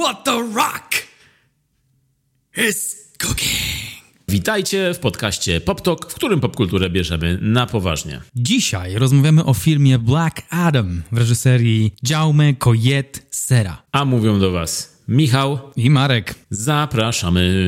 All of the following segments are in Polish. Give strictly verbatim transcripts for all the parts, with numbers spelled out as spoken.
what The Rock is cooking. Witajcie w podcaście Pop Talk, w którym popkulturę bierzemy na poważnie. Dzisiaj rozmawiamy o filmie Black Adam w reżyserii Jaume Collet-Serra. A mówią do was Michał i Marek. Zapraszamy.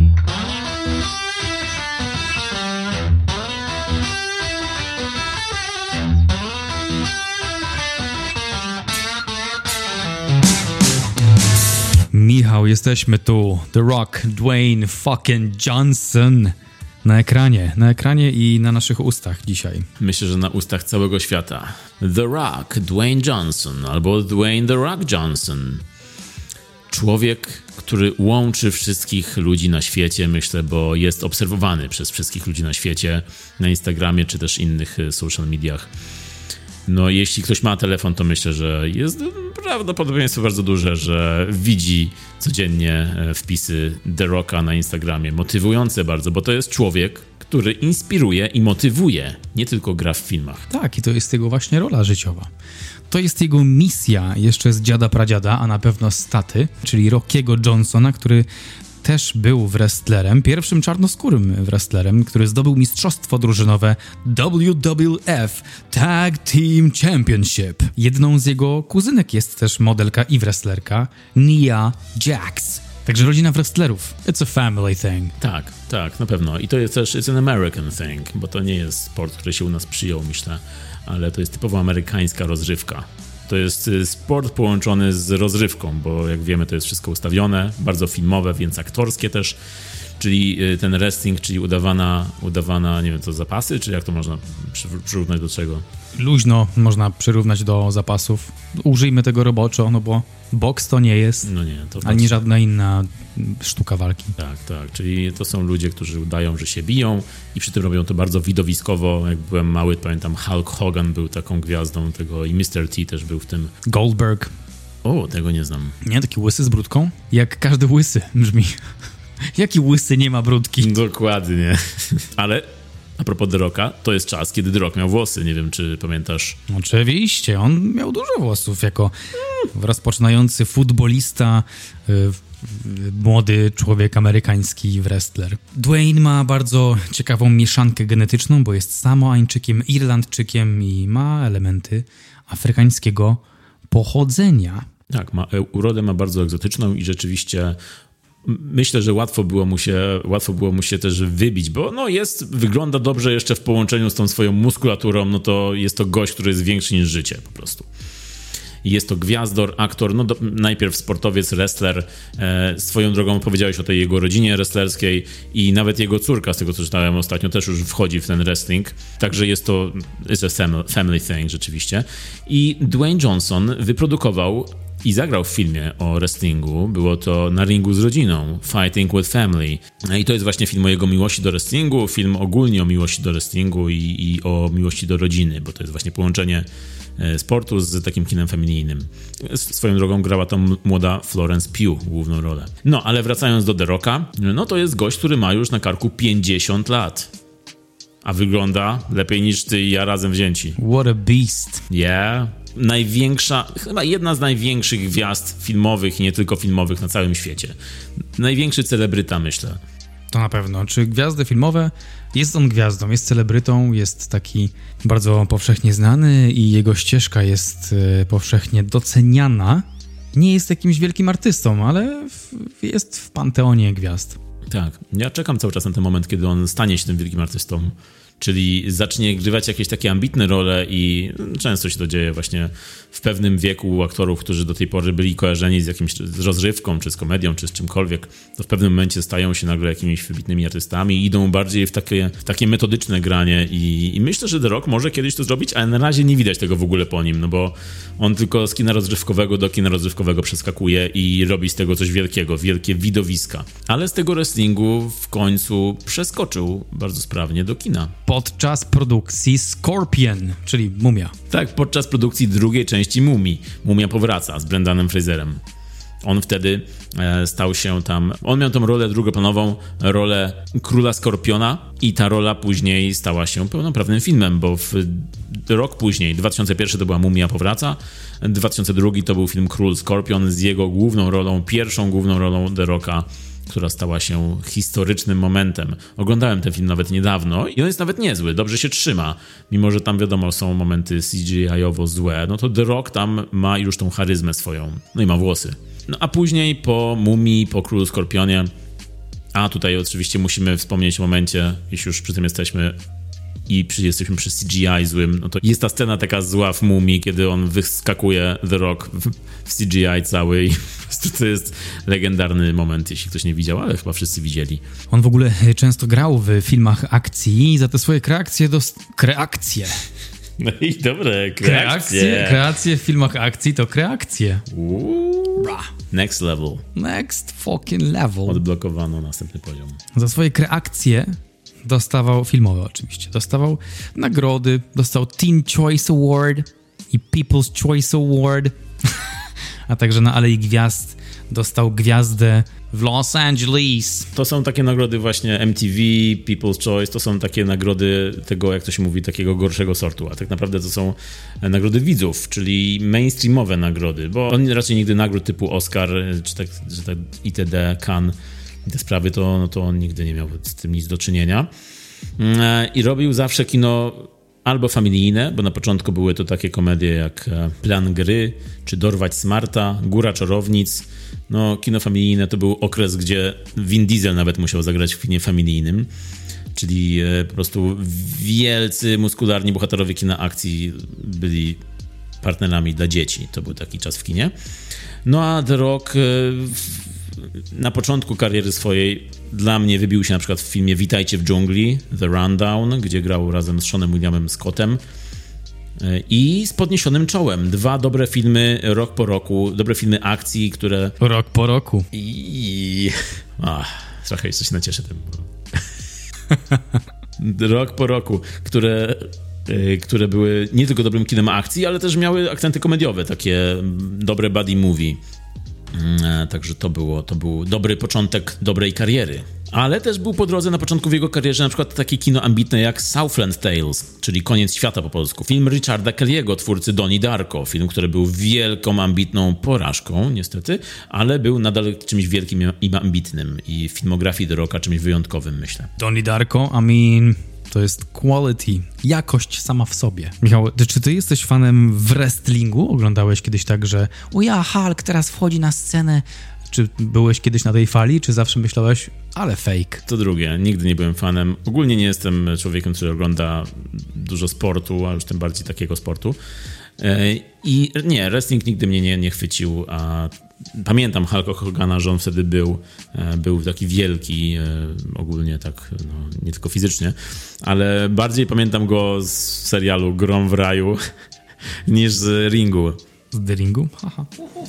Michał, jesteśmy tu. The Rock, Dwayne fucking Johnson. Na ekranie, na ekranie i na naszych ustach dzisiaj. Myślę, że na ustach całego świata. The Rock, Dwayne Johnson, albo Dwayne The Rock Johnson. Człowiek, który łączy wszystkich ludzi na świecie, myślę, bo jest obserwowany przez wszystkich ludzi na świecie, na Instagramie czy też innych social mediach. No, jeśli ktoś ma telefon, to myślę, że jest prawdopodobieństwo bardzo duże, że widzi codziennie wpisy The Rocka na Instagramie. Motywujące bardzo, bo to jest człowiek, który inspiruje i motywuje, nie tylko gra w filmach. Tak, i to jest jego właśnie rola życiowa. To jest jego misja jeszcze z dziada pradziada, a na pewno z taty, czyli Rockiego Johnsona, który też był wrestlerem, pierwszym czarnoskórym wrestlerem, który zdobył mistrzostwo drużynowe W W F Tag Team Championship. Jedną z jego kuzynek jest też modelka i wrestlerka Nia Jax. Także rodzina wrestlerów. It's a family thing. Tak, tak, na pewno. I to jest też it's an American thing, bo to nie jest sport, który się u nas przyjął, myślę, ale to jest typowo amerykańska rozrywka. To jest sport połączony z rozrywką, bo jak wiemy, to jest wszystko ustawione, bardzo filmowe, więc aktorskie też, czyli ten wrestling, czyli udawana, udawana, nie wiem, to zapasy, czy jak to można przyrównać do czego? Luźno można przyrównać do zapasów. Użyjmy tego roboczo, no bo boks to nie jest, no nie, to ani żadna inna sztuka walki. Tak, tak, czyli to są ludzie, którzy udają, że się biją i przy tym robią to bardzo widowiskowo. Jak byłem mały, pamiętam, Hulk Hogan był taką gwiazdą tego i mister T też był w tym. Goldberg. O, tego nie znam. Nie, taki łysy z brudką? Jak każdy łysy brzmi. Jaki łysy nie ma brudki? Dokładnie. Ale a propos The Rocka, to jest czas, kiedy The Rock miał włosy. Nie wiem, czy pamiętasz. Oczywiście, on miał dużo włosów jako rozpoczynający futbolista, yy, młody człowiek amerykański, wrestler. Dwayne ma bardzo ciekawą mieszankę genetyczną, bo jest Samoańczykiem, Irlandczykiem i ma elementy afrykańskiego pochodzenia. Tak, ma, urodę ma bardzo egzotyczną i rzeczywiście myślę, że łatwo było mu się, łatwo było mu się też wybić, bo no jest, wygląda dobrze jeszcze w połączeniu z tą swoją muskulaturą, no to jest to gość, który jest większy niż życie po prostu. Jest to gwiazdor, aktor, no do, najpierw sportowiec, wrestler. E, swoją drogą powiedziałeś o tej jego rodzinie wrestlerskiej i nawet jego córka, z tego co czytałem ostatnio, też już wchodzi w ten wrestling. Także jest to it's a family thing rzeczywiście. I Dwayne Johnson wyprodukował i zagrał w filmie o wrestlingu. Było to Na ringu z rodziną, Fighting with Family. I to jest właśnie film o jego miłości do wrestlingu, film ogólnie o miłości do wrestlingu i, i o miłości do rodziny, bo to jest właśnie połączenie sportu z takim kinem familijnym. Swoją drogą grała tam młoda Florence Pugh główną rolę. No, ale wracając do The Rocka, no to jest gość, który ma już na karku pięćdziesiąt lat. A wygląda lepiej niż ty i ja razem wzięci. What a beast. Yeah. Największa, chyba jedna z największych gwiazd filmowych i nie tylko filmowych na całym świecie. Największy celebryta, myślę. To na pewno. Czy gwiazdy filmowe? Jest on gwiazdą, jest celebrytą, jest taki bardzo powszechnie znany i jego ścieżka jest y, powszechnie doceniana. Nie jest jakimś wielkim artystą, ale w, jest w panteonie gwiazd. Tak. Ja czekam cały czas na ten moment, kiedy on stanie się tym wielkim artystą. Czyli zacznie grywać jakieś takie ambitne role i często się to dzieje właśnie w pewnym wieku u aktorów, którzy do tej pory byli kojarzeni z jakimś z rozrywką, czy z komedią, czy z czymkolwiek, to w pewnym momencie stają się nagle jakimiś wybitnymi artystami i idą bardziej w takie, w takie metodyczne granie i, i myślę, że The Rock może kiedyś to zrobić, ale na razie nie widać tego w ogóle po nim, no bo on tylko z kina rozrywkowego do kina rozrywkowego przeskakuje i robi z tego coś wielkiego, wielkie widowiska. Ale z tego wrestlingu w końcu przeskoczył bardzo sprawnie do kina. Podczas produkcji Scorpion, czyli Mumia. Tak, podczas produkcji drugiej części Mumii. Mumia powraca z Brendanem Fraserem. On wtedy e, stał się tam... On miał tą rolę drugoplanową, rolę Króla Skorpiona i ta rola później stała się pełnoprawnym filmem, bo w rok później, dwa tysiące pierwszy to była Mumia powraca, dwa tysiące drugi to był film Król Skorpion z jego główną rolą, pierwszą główną rolą The Rocka, która stała się historycznym momentem. Oglądałem ten film nawet niedawno i on jest nawet niezły, dobrze się trzyma. Mimo że tam wiadomo są momenty C G I-owo złe, no to The Rock tam ma już tą charyzmę swoją. No i ma włosy. No a później po Mumii, po Królu Skorpionie, a tutaj oczywiście musimy wspomnieć o momencie, jeśli już przy tym jesteśmy i przy, jesteśmy przy C G I złym, no to jest ta scena taka zła w Mumii, kiedy on wyskakuje The Rock w, w C G I cały i po prostu to jest legendarny moment, jeśli ktoś nie widział, ale chyba wszyscy widzieli. On w ogóle często grał w filmach akcji i za te swoje kreacje dost... kreacje. No i dobre, kreacje. Kreacje, kreacje w filmach akcji to kreacje. Uuu, next level. Next fucking level. Odblokowano następny poziom. Za swoje kreacje dostawał, filmowe oczywiście, dostawał nagrody, dostał Teen Choice Award i People's Choice Award, a także na Alei Gwiazd dostał gwiazdę w Los Angeles. To są takie nagrody właśnie M T V, People's Choice, to są takie nagrody tego, jak to się mówi, takiego gorszego sortu, a tak naprawdę to są nagrody widzów, czyli mainstreamowe nagrody, bo on raczej nigdy nagród typu Oscar, czy tak, czy tak itd., Cannes, te sprawy, to, no to on nigdy nie miał z tym nic do czynienia. I robił zawsze kino albo familijne, bo na początku były to takie komedie jak Plan Gry, czy Dorwać Smarta, Góra Czarownic. No, kino familijne to był okres, gdzie Vin Diesel nawet musiał zagrać w kinie familijnym, czyli po prostu wielcy, muskularni bohaterowie kina akcji byli partnerami dla dzieci. To był taki czas w kinie. No a The Rock na początku kariery swojej dla mnie wybił się na przykład w filmie Witajcie w dżungli, The Rundown, gdzie grał razem z Seanem Williamem Scottem i z Podniesionym czołem. Dwa dobre filmy rok po roku, dobre filmy akcji, które... Rok po roku. I... Ach, trochę jeszcze się nacieszę tym. Rok po roku, które... które były nie tylko dobrym kinem akcji, ale też miały akcenty komediowe, takie dobre buddy movie. Także to było, to był dobry początek dobrej kariery. Ale też był po drodze na początku w jego karierze na przykład takie kino ambitne jak Southland Tales, czyli Koniec świata po polsku. Film Richarda Kelly'ego, twórcy Donnie Darko. Film, który był wielką, ambitną porażką, niestety, ale był nadal czymś wielkim i ambitnym. I w filmografii The Rocka czymś wyjątkowym, myślę. Donnie Darko, I mean... To jest quality, jakość sama w sobie. Michał, czy ty jesteś fanem w wrestlingu? Oglądałeś kiedyś tak, że o ja, Hulk teraz wchodzi na scenę. Czy byłeś kiedyś na tej fali, czy zawsze myślałeś, ale fake? To drugie, nigdy nie byłem fanem. Ogólnie nie jestem człowiekiem, który ogląda dużo sportu, a już tym bardziej takiego sportu. I nie, wrestling nigdy mnie nie, nie chwycił, a pamiętam Hulka Hogana, że on wtedy był, był taki wielki, ogólnie tak, no, nie tylko fizycznie, ale bardziej pamiętam go z serialu Grom w raju niż z ringu. Z The Ringu? Haha.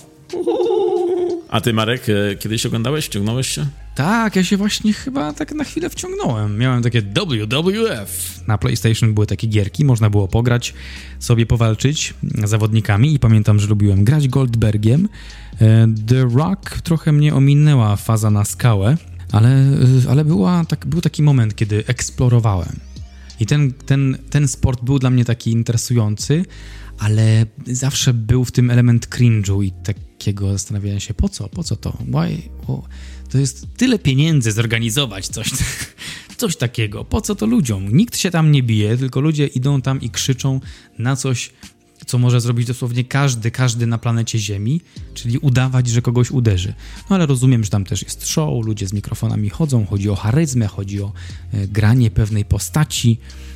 A ty, Marek, kiedyś oglądałeś? Wciągnąłeś się? Tak, ja się właśnie chyba tak na chwilę wciągnąłem. Miałem takie W W F. Na PlayStation były takie gierki, można było pograć, sobie powalczyć z zawodnikami i pamiętam, że lubiłem grać Goldbergiem. The Rock trochę mnie ominęła faza na skałę, ale, ale była, tak, był taki moment, kiedy eksplorowałem. I ten, ten, ten sport był dla mnie taki interesujący, ale zawsze był w tym element cringe'u i takiego zastanawiania się, po co, po co to? Why? Oh, to jest tyle pieniędzy zorganizować coś, coś takiego. Po co to ludziom? Nikt się tam nie bije, tylko ludzie idą tam i krzyczą na coś, co może zrobić dosłownie każdy, każdy na planecie Ziemi, czyli udawać, że kogoś uderzy. No ale rozumiem, że tam też jest show, ludzie z mikrofonami chodzą, chodzi o charyzmę, chodzi o e, granie pewnej postaci,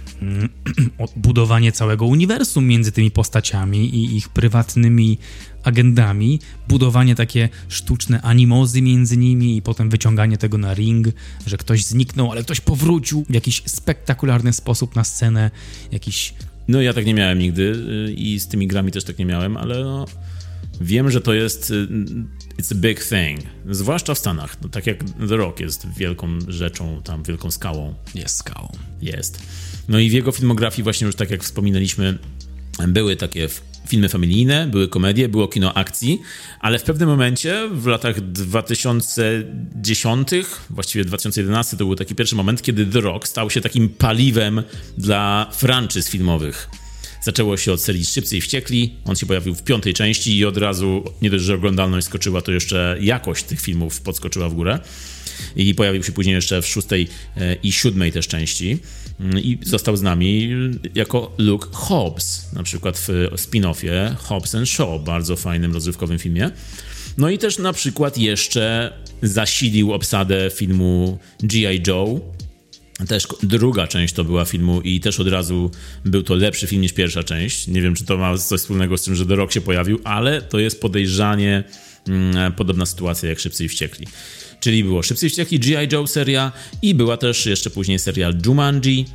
o budowanie całego uniwersum między tymi postaciami i ich prywatnymi agendami, budowanie takie sztuczne animozy między nimi i potem wyciąganie tego na ring, że ktoś zniknął, ale ktoś powrócił w jakiś spektakularny sposób na scenę, jakiś... No ja tak nie miałem nigdy i z tymi grami też tak nie miałem, ale no wiem, że to jest it's a big thing, zwłaszcza w Stanach, no, tak jak The Rock jest wielką rzeczą, tam wielką skałą. Jest skałą. Jest. No i w jego filmografii właśnie już tak jak wspominaliśmy, były takie filmy familijne, były komedie, było kino akcji, ale w pewnym momencie w latach dwa tysiące dziesiątych, właściwie dwa tysiące jedenastym to był taki pierwszy moment, kiedy The Rock stał się takim paliwem dla franczyz filmowych. Zaczęło się od serii Szybcy i Wściekli, on się pojawił w piątej części i od razu nie dość, że oglądalność skoczyła, to jeszcze jakość tych filmów podskoczyła w górę. I pojawił się później jeszcze w szóstej i siódmej też części i został z nami jako Luke Hobbs, na przykład w spin-offie Hobbs and Shaw, bardzo fajnym, rozrywkowym filmie. No i też na przykład jeszcze zasilił obsadę filmu G I Joe. Też druga część to była filmu i też od razu był to lepszy film niż pierwsza część. Nie wiem, czy to ma coś wspólnego z tym, że The Rock się pojawił, ale to jest podejrzanie mm, podobna sytuacja jak Szybcy i Wściekli. Czyli było Szybcy i Wściekli, G I Joe seria i była też jeszcze później seria Jumanji,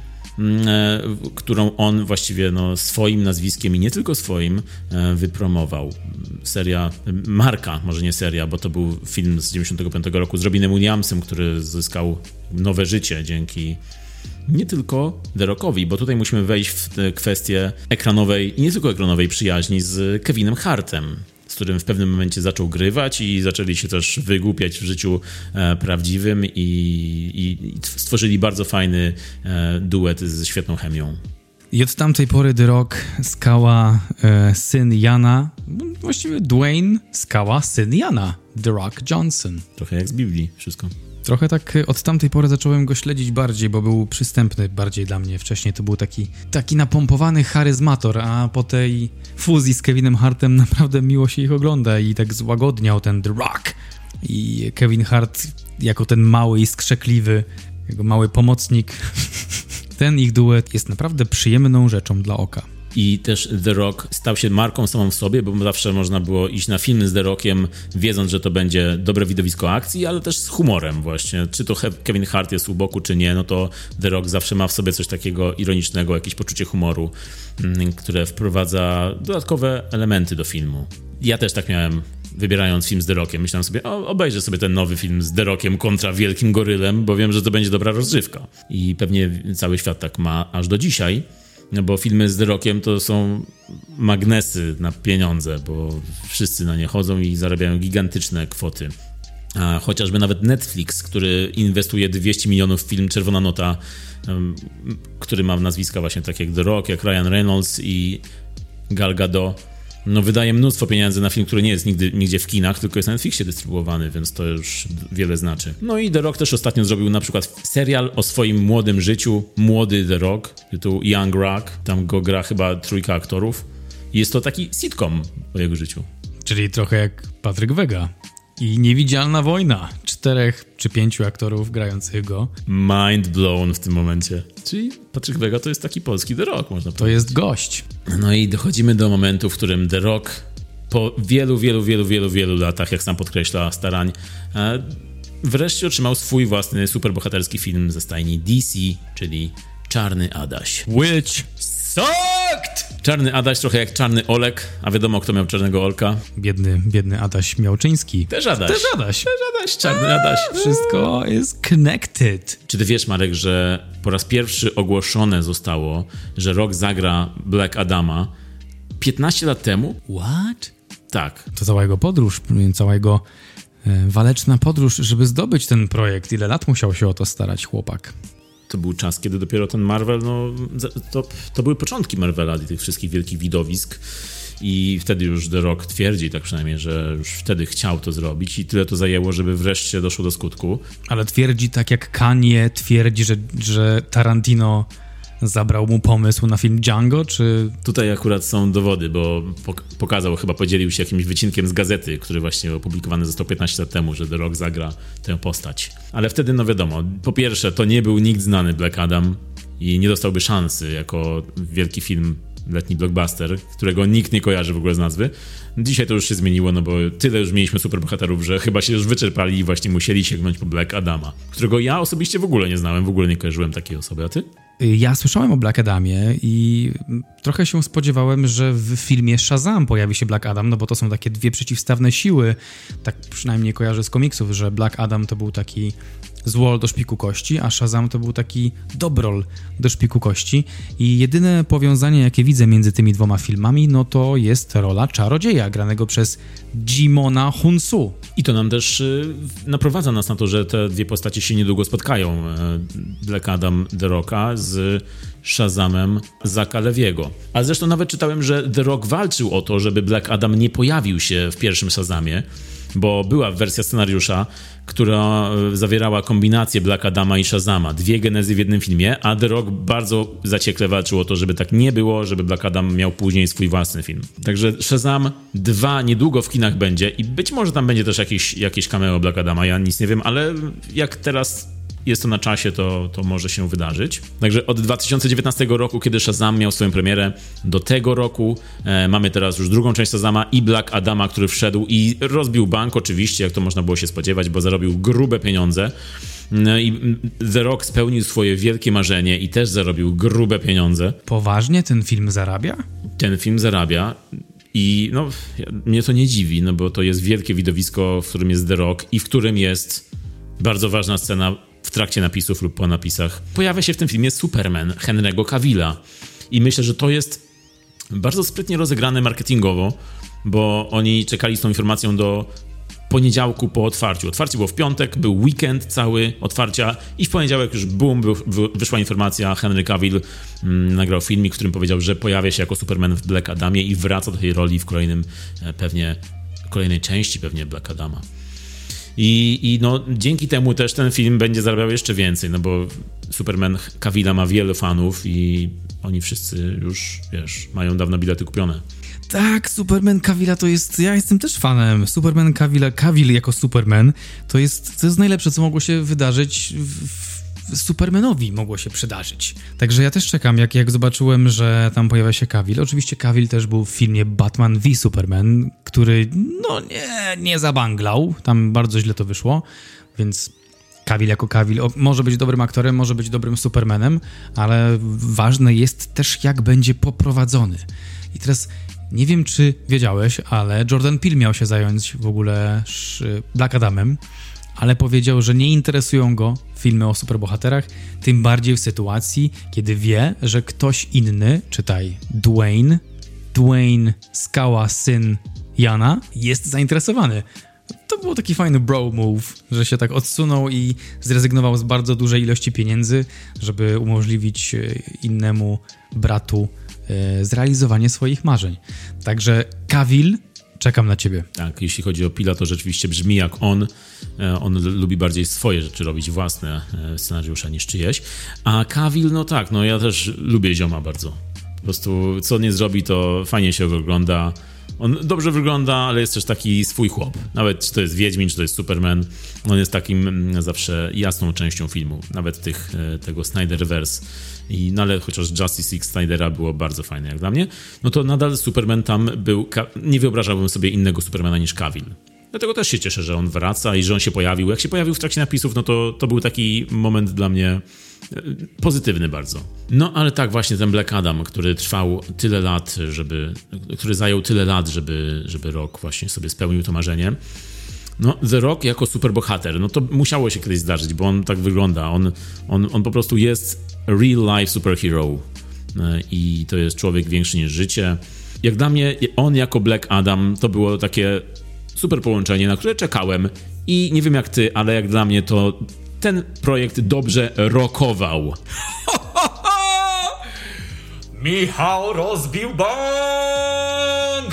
którą on właściwie no, swoim nazwiskiem i nie tylko swoim wypromował. Seria, marka, może nie seria, bo to był film z dziewięćdziesiątego piątego roku z Robinem Williamsem, który zyskał nowe życie dzięki nie tylko The Rockowi, bo tutaj musimy wejść w kwestię ekranowej i nie tylko ekranowej przyjaźni z Kevinem Hartem, z którym w pewnym momencie zaczął grywać i zaczęli się też wygłupiać w życiu e, prawdziwym i, i, i stworzyli bardzo fajny e, duet ze świetną chemią. I od tamtej pory The Rock, Skała, e, syn Jana, właściwie Dwayne, Skała, syn Jana, The Rock Johnson. Trochę jak z Biblii wszystko. Trochę tak od tamtej pory zacząłem go śledzić bardziej, bo był przystępny bardziej dla mnie. Wcześniej to był taki, taki napompowany charyzmator, a po tej fuzji z Kevinem Hartem naprawdę miło się ich ogląda i tak złagodniał ten The Rock. I Kevin Hart jako ten mały i skrzekliwy, jego mały pomocnik, ten ich duet jest naprawdę przyjemną rzeczą dla oka. I też The Rock stał się marką samą w sobie, bo zawsze można było iść na filmy z The Rockiem, wiedząc, że to będzie dobre widowisko akcji, ale też z humorem właśnie. Czy to Kevin Hart jest u boku, czy nie, no to The Rock zawsze ma w sobie coś takiego ironicznego, jakieś poczucie humoru, które wprowadza dodatkowe elementy do filmu. Ja też tak miałem, wybierając film z The Rockiem. Myślałem sobie, o, obejrzę sobie ten nowy film z The Rockiem kontra Wielkim Gorylem, bo wiem, że to będzie dobra rozrywka. I pewnie cały świat tak ma aż do dzisiaj. No bo filmy z The Rockiem to są magnesy na pieniądze, bo wszyscy na nie chodzą i zarabiają gigantyczne kwoty. A chociażby nawet Netflix, który inwestuje dwieście milionów w film Czerwona Nota, um, który ma nazwiska właśnie tak jak The Rock, jak Ryan Reynolds i Gal Gadot, no wydaje mnóstwo pieniędzy na film, który nie jest nigdy, nigdzie w kinach, tylko jest na Netflixie dystrybuowany, więc to już wiele znaczy. No i The Rock też ostatnio zrobił na przykład serial o swoim młodym życiu, Młody The Rock, tytuł Young Rock, tam go gra chyba trójka aktorów. I jest to taki sitcom o jego życiu. Czyli trochę jak Patryk Wega i Niewidzialna Wojna, czterech czy pięciu aktorów grających go. Mind blown w tym momencie. Czyli Patryk Wega to jest taki polski The Rock, można powiedzieć. To jest gość. No i dochodzimy do momentu, w którym The Rock po wielu, wielu, wielu, wielu, wielu latach, jak sam podkreśla, starań, wreszcie otrzymał swój własny superbohaterski film ze stajni D C, czyli Czarny Adaś. Which sucked! Czarny Adaś trochę jak Czarny Olek, a wiadomo kto miał Czarnego Olka. Biedny, biedny Adaś Miałczyński. Też Adaś. Też Adaś. Też Adaś, Czarny Adaś. Wszystko jest connected. Czy ty wiesz, Marek, że po raz pierwszy ogłoszone zostało, że Rock zagra Black Adama piętnaście lat temu? What? Tak. To cała jego podróż, cała jego e, waleczna podróż, żeby zdobyć ten projekt. Ile lat musiał się o to starać chłopak? To był czas, kiedy dopiero ten Marvel, no to, to były początki Marvela i tych wszystkich wielkich widowisk i wtedy już The Rock twierdzi, tak przynajmniej, że już wtedy chciał to zrobić i tyle to zajęło, żeby wreszcie doszło do skutku. Ale twierdzi tak jak Kanye twierdzi, że, że Tarantino zabrał mu pomysł na film Django, czy... Tutaj akurat są dowody, bo pokazał, chyba podzielił się jakimś wycinkiem z gazety, który właśnie opublikowany został piętnaście lat temu, że The Rock zagra tę postać. Ale wtedy, no wiadomo, po pierwsze, to nie był nikt znany Black Adam i nie dostałby szansy jako wielki film, letni blockbuster, którego nikt nie kojarzy w ogóle z nazwy. Dzisiaj to już się zmieniło, no bo tyle już mieliśmy superbohaterów, że chyba się już wyczerpali i właśnie musieli sięgnąć po Black Adama, którego ja osobiście w ogóle nie znałem, w ogóle nie kojarzyłem takiej osoby, a ty? Ja słyszałem o Black Adamie i trochę się spodziewałem, że w filmie Shazam pojawi się Black Adam, no bo to są takie dwie przeciwstawne siły, tak przynajmniej kojarzę z komiksów, że Black Adam to był taki złol do szpiku kości, a Shazam to był taki dobrol do szpiku kości i jedyne powiązanie, jakie widzę między tymi dwoma filmami, no to jest rola czarodzieja, granego przez Djimona Hounsou. I to nam też y, naprowadza nas na to, że te dwie postacie się niedługo spotkają. Black Adam The Rocka z Shazamem Zacka Leviego. A zresztą nawet czytałem, że The Rock walczył o to, żeby Black Adam nie pojawił się w pierwszym Shazamie, bo była wersja scenariusza, która zawierała kombinację Black Adama i Shazama. Dwie genezy w jednym filmie, a The Rock bardzo zaciekle walczył o to, żeby tak nie było, żeby Black Adam miał później swój własny film. Także Shazam dwa niedługo w kinach będzie i być może tam będzie też jakieś, jakieś cameo Black Adama, ja nic nie wiem, ale jak teraz jest to na czasie, to, to może się wydarzyć. Także od dwa tysiące dziewiętnastego roku, kiedy Shazam miał swoją premierę, do tego roku e, mamy teraz już drugą część Shazama i Black Adama, który wszedł i rozbił bank oczywiście, jak to można było się spodziewać, bo zarobił grube pieniądze. No i The Rock spełnił swoje wielkie marzenie i też zarobił grube pieniądze. Poważnie ten film zarabia? Ten film zarabia. I no, mnie to nie dziwi, no bo to jest wielkie widowisko, w którym jest The Rock i w którym jest bardzo ważna scena w trakcie napisów lub po napisach. Pojawia się w tym filmie Superman Henry'ego Cavilla i myślę, że to jest bardzo sprytnie rozegrane marketingowo, bo oni czekali z tą informacją do poniedziałku po otwarciu. Otwarcie było w piątek, był weekend cały otwarcia i w poniedziałek już boom, wyszła informacja, Henry Cavill mm, nagrał filmik, w którym powiedział, że pojawia się jako Superman w Black Adamie i wraca do tej roli w kolejnym, pewnie, kolejnej części pewnie Black Adama. I, I no dzięki temu też ten film będzie zarabiał jeszcze więcej, no bo Superman Cavilla ma wielu fanów i oni wszyscy już, wiesz, mają dawno bilety kupione. Tak, Superman Cavilla to jest... Ja jestem też fanem. Superman Cavilla, Cavill jako Superman to jest, to jest najlepsze, co mogło się wydarzyć w, w Supermanowi mogło się przydarzyć. Także ja też czekam, jak, jak zobaczyłem, że tam pojawia się Cavill. Oczywiście Cavill też był w filmie Batman v Superman, który no nie, nie zabanglał. Tam bardzo źle to wyszło, więc Cavill jako Cavill o, może być dobrym aktorem, może być dobrym Supermanem, ale ważne jest też, jak będzie poprowadzony. I teraz nie wiem, czy wiedziałeś, ale Jordan Peele miał się zająć w ogóle Black Adamem, ale powiedział, że nie interesują go filmy o superbohaterach, tym bardziej w sytuacji, kiedy wie, że ktoś inny, czytaj Dwayne, Dwayne Skała, syn Jana, jest zainteresowany. To był taki fajny bro move, że się tak odsunął i zrezygnował z bardzo dużej ilości pieniędzy, żeby umożliwić innemu bratu e, zrealizowanie swoich marzeń. Także Cavill, czekam na ciebie. Tak, jeśli chodzi o Pila, to rzeczywiście brzmi jak on. On lubi bardziej swoje rzeczy robić, własne scenariusze niż czyjeś. A Cavill, no tak, no ja też lubię zioma bardzo. Po prostu co nie zrobi, to fajnie się ogląda. On dobrze wygląda, ale jest też taki swój chłop. Nawet czy to jest Wiedźmin, czy to jest Superman, on jest takim zawsze jasną częścią filmu. Nawet tych, tego Snyderverse. I, no ale chociaż Justice League Snydera było bardzo fajne jak dla mnie, no to nadal Superman tam był... Nie wyobrażałbym sobie innego Supermana niż Cavill. Dlatego też się cieszę, że on wraca i że on się pojawił. Jak się pojawił w trakcie napisów, no to, to był taki moment dla mnie pozytywny bardzo. No ale tak, właśnie ten Black Adam, który trwał tyle lat, żeby... który zajął tyle lat, żeby, żeby Rock właśnie sobie spełnił to marzenie. No, The Rock jako superbohater, no to musiało się kiedyś zdarzyć, bo on tak wygląda. On, on, on po prostu jest real life superhero i to jest człowiek większy niż życie. Jak dla mnie, on jako Black Adam to było takie super połączenie, na które czekałem i nie wiem jak ty, ale jak dla mnie to ten projekt dobrze rockował. Michał rozbił bank!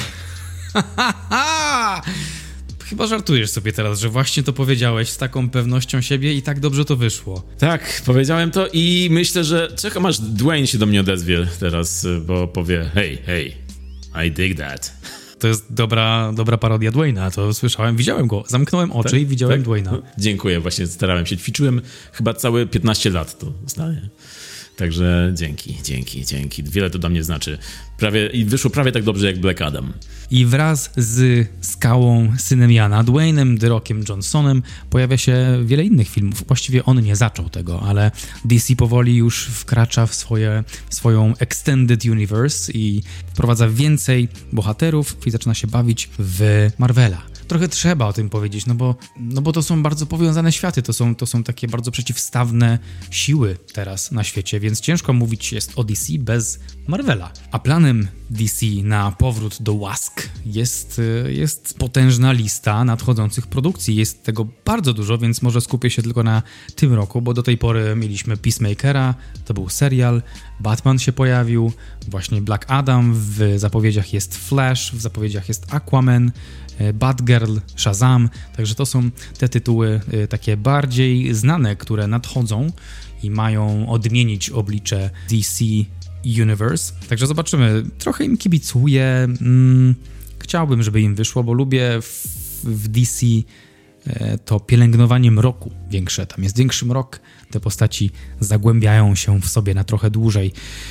Chyba żartujesz sobie teraz, że właśnie to powiedziałeś z taką pewnością siebie i tak dobrze to wyszło. Tak, powiedziałem to i myślę, że czekam aż Dwayne się do mnie odezwie teraz, bo powie hey, hey, I dig that. To jest dobra, dobra parodia Dwayna, to słyszałem, widziałem go, zamknąłem oczy tak, i widziałem tak? Dwayna. Dziękuję, właśnie starałem się, ćwiczyłem chyba całe piętnaście lat to znaję. Także dzięki, dzięki, dzięki. Wiele to dla mnie znaczy. Prawie, i wyszło prawie tak dobrze jak Black Adam. I wraz z Skałą, synem Jana, Dwaynem The Rockiem Johnsonem pojawia się wiele innych filmów. Właściwie on nie zaczął tego, ale D C powoli już wkracza w swoje, swoją Extended Universe i wprowadza więcej bohaterów i zaczyna się bawić w Marvela. trochę trzeba o tym powiedzieć, no bo, no bo to są bardzo powiązane światy, to są, to są takie bardzo przeciwstawne siły teraz na świecie, więc ciężko mówić jest o D C bez Marvela. A planem D C na powrót do łask jest, jest potężna lista nadchodzących produkcji. Jest tego bardzo dużo, więc może skupię się tylko na tym roku, bo do tej pory mieliśmy Peacemakera, to był serial, Batman się pojawił, właśnie Black Adam, w zapowiedziach jest Flash, w zapowiedziach jest Aquaman, Batgirl, Shazam, także to są te tytuły takie bardziej znane, które nadchodzą i mają odmienić oblicze D C Universe. Także zobaczymy. Trochę im kibicuję. Mm, chciałbym, żeby im wyszło, bo lubię w, w D C e, to pielęgnowanie mroku większe. Tam jest większy mrok. Te postaci zagłębiają się w sobie na trochę dłużej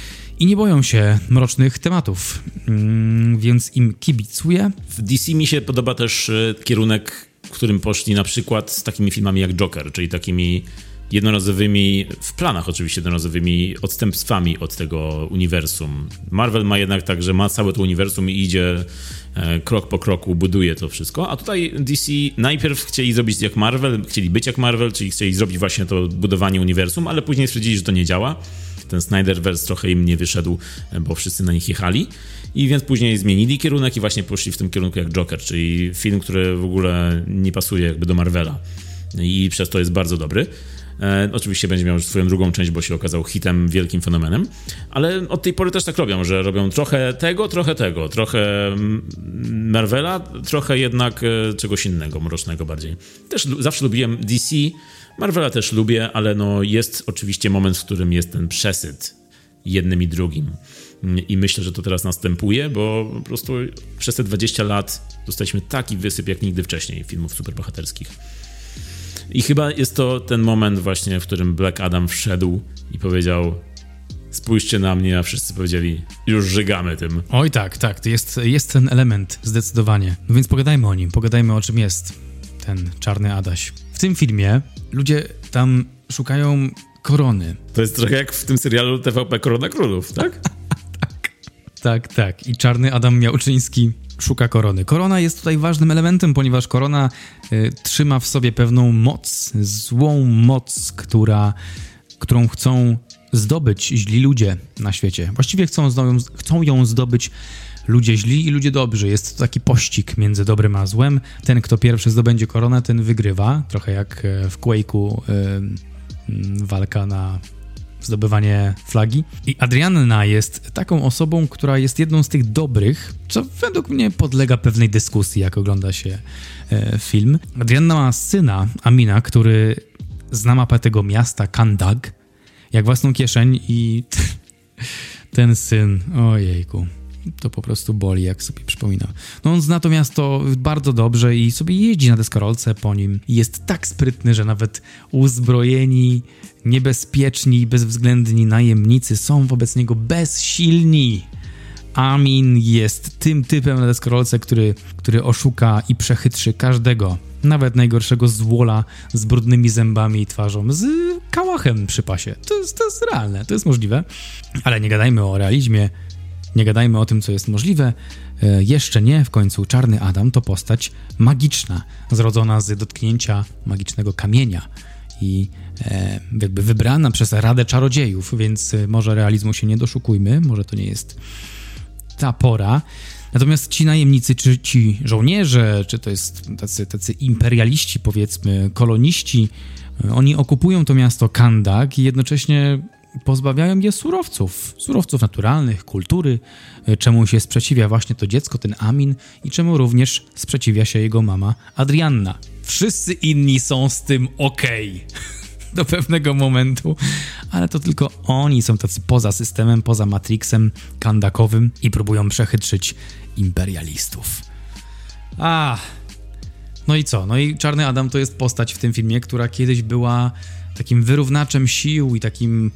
i nie boją się mrocznych tematów, mm, więc im kibicuję. W D C mi się podoba też kierunek, w którym poszli na przykład z takimi filmami jak Joker, czyli takimi jednorazowymi, w planach oczywiście jednorazowymi odstępstwami od tego uniwersum. Marvel ma jednak tak, że ma całe to uniwersum i idzie e, krok po kroku, buduje to wszystko, a tutaj D C najpierw chcieli zrobić jak Marvel, chcieli być jak Marvel, czyli chcieli zrobić właśnie to budowanie uniwersum, ale później stwierdzili, że to nie działa. Ten Snyderverse trochę im nie wyszedł, bo wszyscy na nich jechali. I więc później zmienili kierunek i właśnie poszli w tym kierunku jak Joker, czyli film, który w ogóle nie pasuje jakby do Marvela. I przez to jest bardzo dobry. E, oczywiście będzie miał swoją drugą część, bo się okazał hitem, wielkim fenomenem, ale od tej pory też tak robią, że robią trochę tego, trochę tego, trochę Marvela, trochę jednak e, czegoś innego, mrocznego bardziej. Też l- zawsze lubiłem D C, Marvela też lubię, ale no jest oczywiście moment, w którym jest ten przesyt jednym i drugim. I myślę, że to teraz następuje, bo po prostu przez te dwadzieścia lat dostaliśmy taki wysyp jak nigdy wcześniej filmów superbohaterskich. I chyba jest to ten moment właśnie, w którym Black Adam wszedł i powiedział: spójrzcie na mnie, a wszyscy powiedzieli: już żygamy tym. Oj tak, tak, to jest, jest ten element zdecydowanie. No więc pogadajmy o nim, pogadajmy o czym jest ten Czarny Adaś. W tym filmie ludzie tam szukają korony. To jest trochę jak w tym serialu T V P Korona Królów, tak? tak, tak, tak. I Czarny Adam Miałczyński szuka korony. Korona jest tutaj ważnym elementem, ponieważ korona y, trzyma w sobie pewną moc, złą moc, która, którą chcą zdobyć źli ludzie na świecie. Właściwie chcą, zdo- chcą ją zdobyć ludzie źli i ludzie dobrzy. Jest to taki pościg między dobrem a złem. Ten, kto pierwszy zdobędzie koronę, ten wygrywa. Trochę jak w Quake'u y, y, walka na zdobywanie flagi. I Adrianna jest taką osobą, która jest jedną z tych dobrych, co według mnie podlega pewnej dyskusji, jak ogląda się e, film. Adrianna ma syna, Amina, który zna mapę tego miasta, Kandag, jak własną kieszeń i t- ten syn, ojejku, to po prostu boli, jak sobie przypominam. No on zna to miasto bardzo dobrze i sobie jeździ na deskorolce po nim. Jest tak sprytny, że nawet uzbrojeni, niebezpieczni i bezwzględni najemnicy są wobec niego bezsilni. Amin jest tym typem na deskorolce, który, który oszuka i przechytrzy każdego, nawet najgorszego złola z brudnymi zębami i twarzą, z kałachem przy pasie. To jest, to jest realne, to jest możliwe. Ale nie gadajmy o realizmie, nie gadajmy o tym, co jest możliwe. E, jeszcze nie, w końcu Czarny Adam to postać magiczna, zrodzona z dotknięcia magicznego kamienia i e, jakby wybrana przez Radę Czarodziejów, więc może realizmu się nie doszukujmy, może to nie jest ta pora. Natomiast ci najemnicy, czy ci żołnierze, czy to jest tacy, tacy imperialiści, powiedzmy, koloniści, oni okupują to miasto Kandag i jednocześnie pozbawiają je surowców, surowców naturalnych, kultury, czemu się sprzeciwia właśnie to dziecko, ten Amin i czemu również sprzeciwia się jego mama Adrianna. Wszyscy inni są z tym okej. Okay. Do pewnego momentu, ale to tylko oni są tacy poza systemem, poza Matrixem kandakowym i próbują przechytrzyć imperialistów. A, no i co? No i Czarny Adam to jest postać w tym filmie, która kiedyś była takim wyrównaczem sił i takim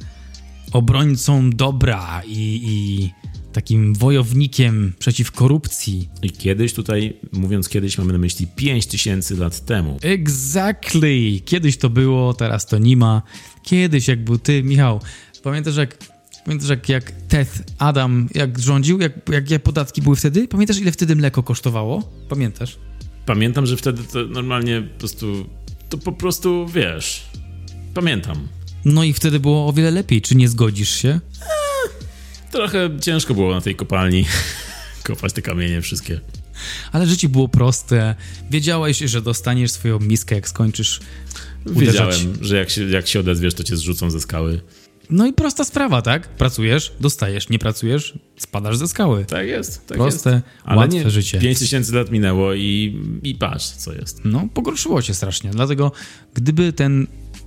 obrońcą dobra i, i takim wojownikiem przeciw korupcji. I kiedyś tutaj, mówiąc kiedyś, mamy na myśli pięć tysięcy lat temu. Exactly! Kiedyś to było, teraz to nie ma. Kiedyś jak był ty, Michał, pamiętasz jak, pamiętasz jak, jak Teth Adam jak rządził, jak, jakie podatki były wtedy? Pamiętasz ile wtedy mleko kosztowało? Pamiętasz? pamiętam, że wtedy to normalnie po prostu, to po prostu, wiesz, pamiętam. No i wtedy było o wiele lepiej, czy nie zgodzisz się? Eee, trochę ciężko było na tej kopalni kopać te kamienie wszystkie. Ale życie było proste. Wiedziałeś, że dostaniesz swoją miskę, jak skończysz uderzać. Wiedziałem, że jak się, jak się odezwiesz, to cię zrzucą ze skały. No i prosta sprawa, tak? Pracujesz, dostajesz, nie pracujesz, spadasz ze skały. Tak jest, tak Proste, jest. Ale łatwe nie, życie. pięć tysięcy lat minęło i, i patrz, co jest. No, pogorszyło się strasznie. Dlatego gdyby ten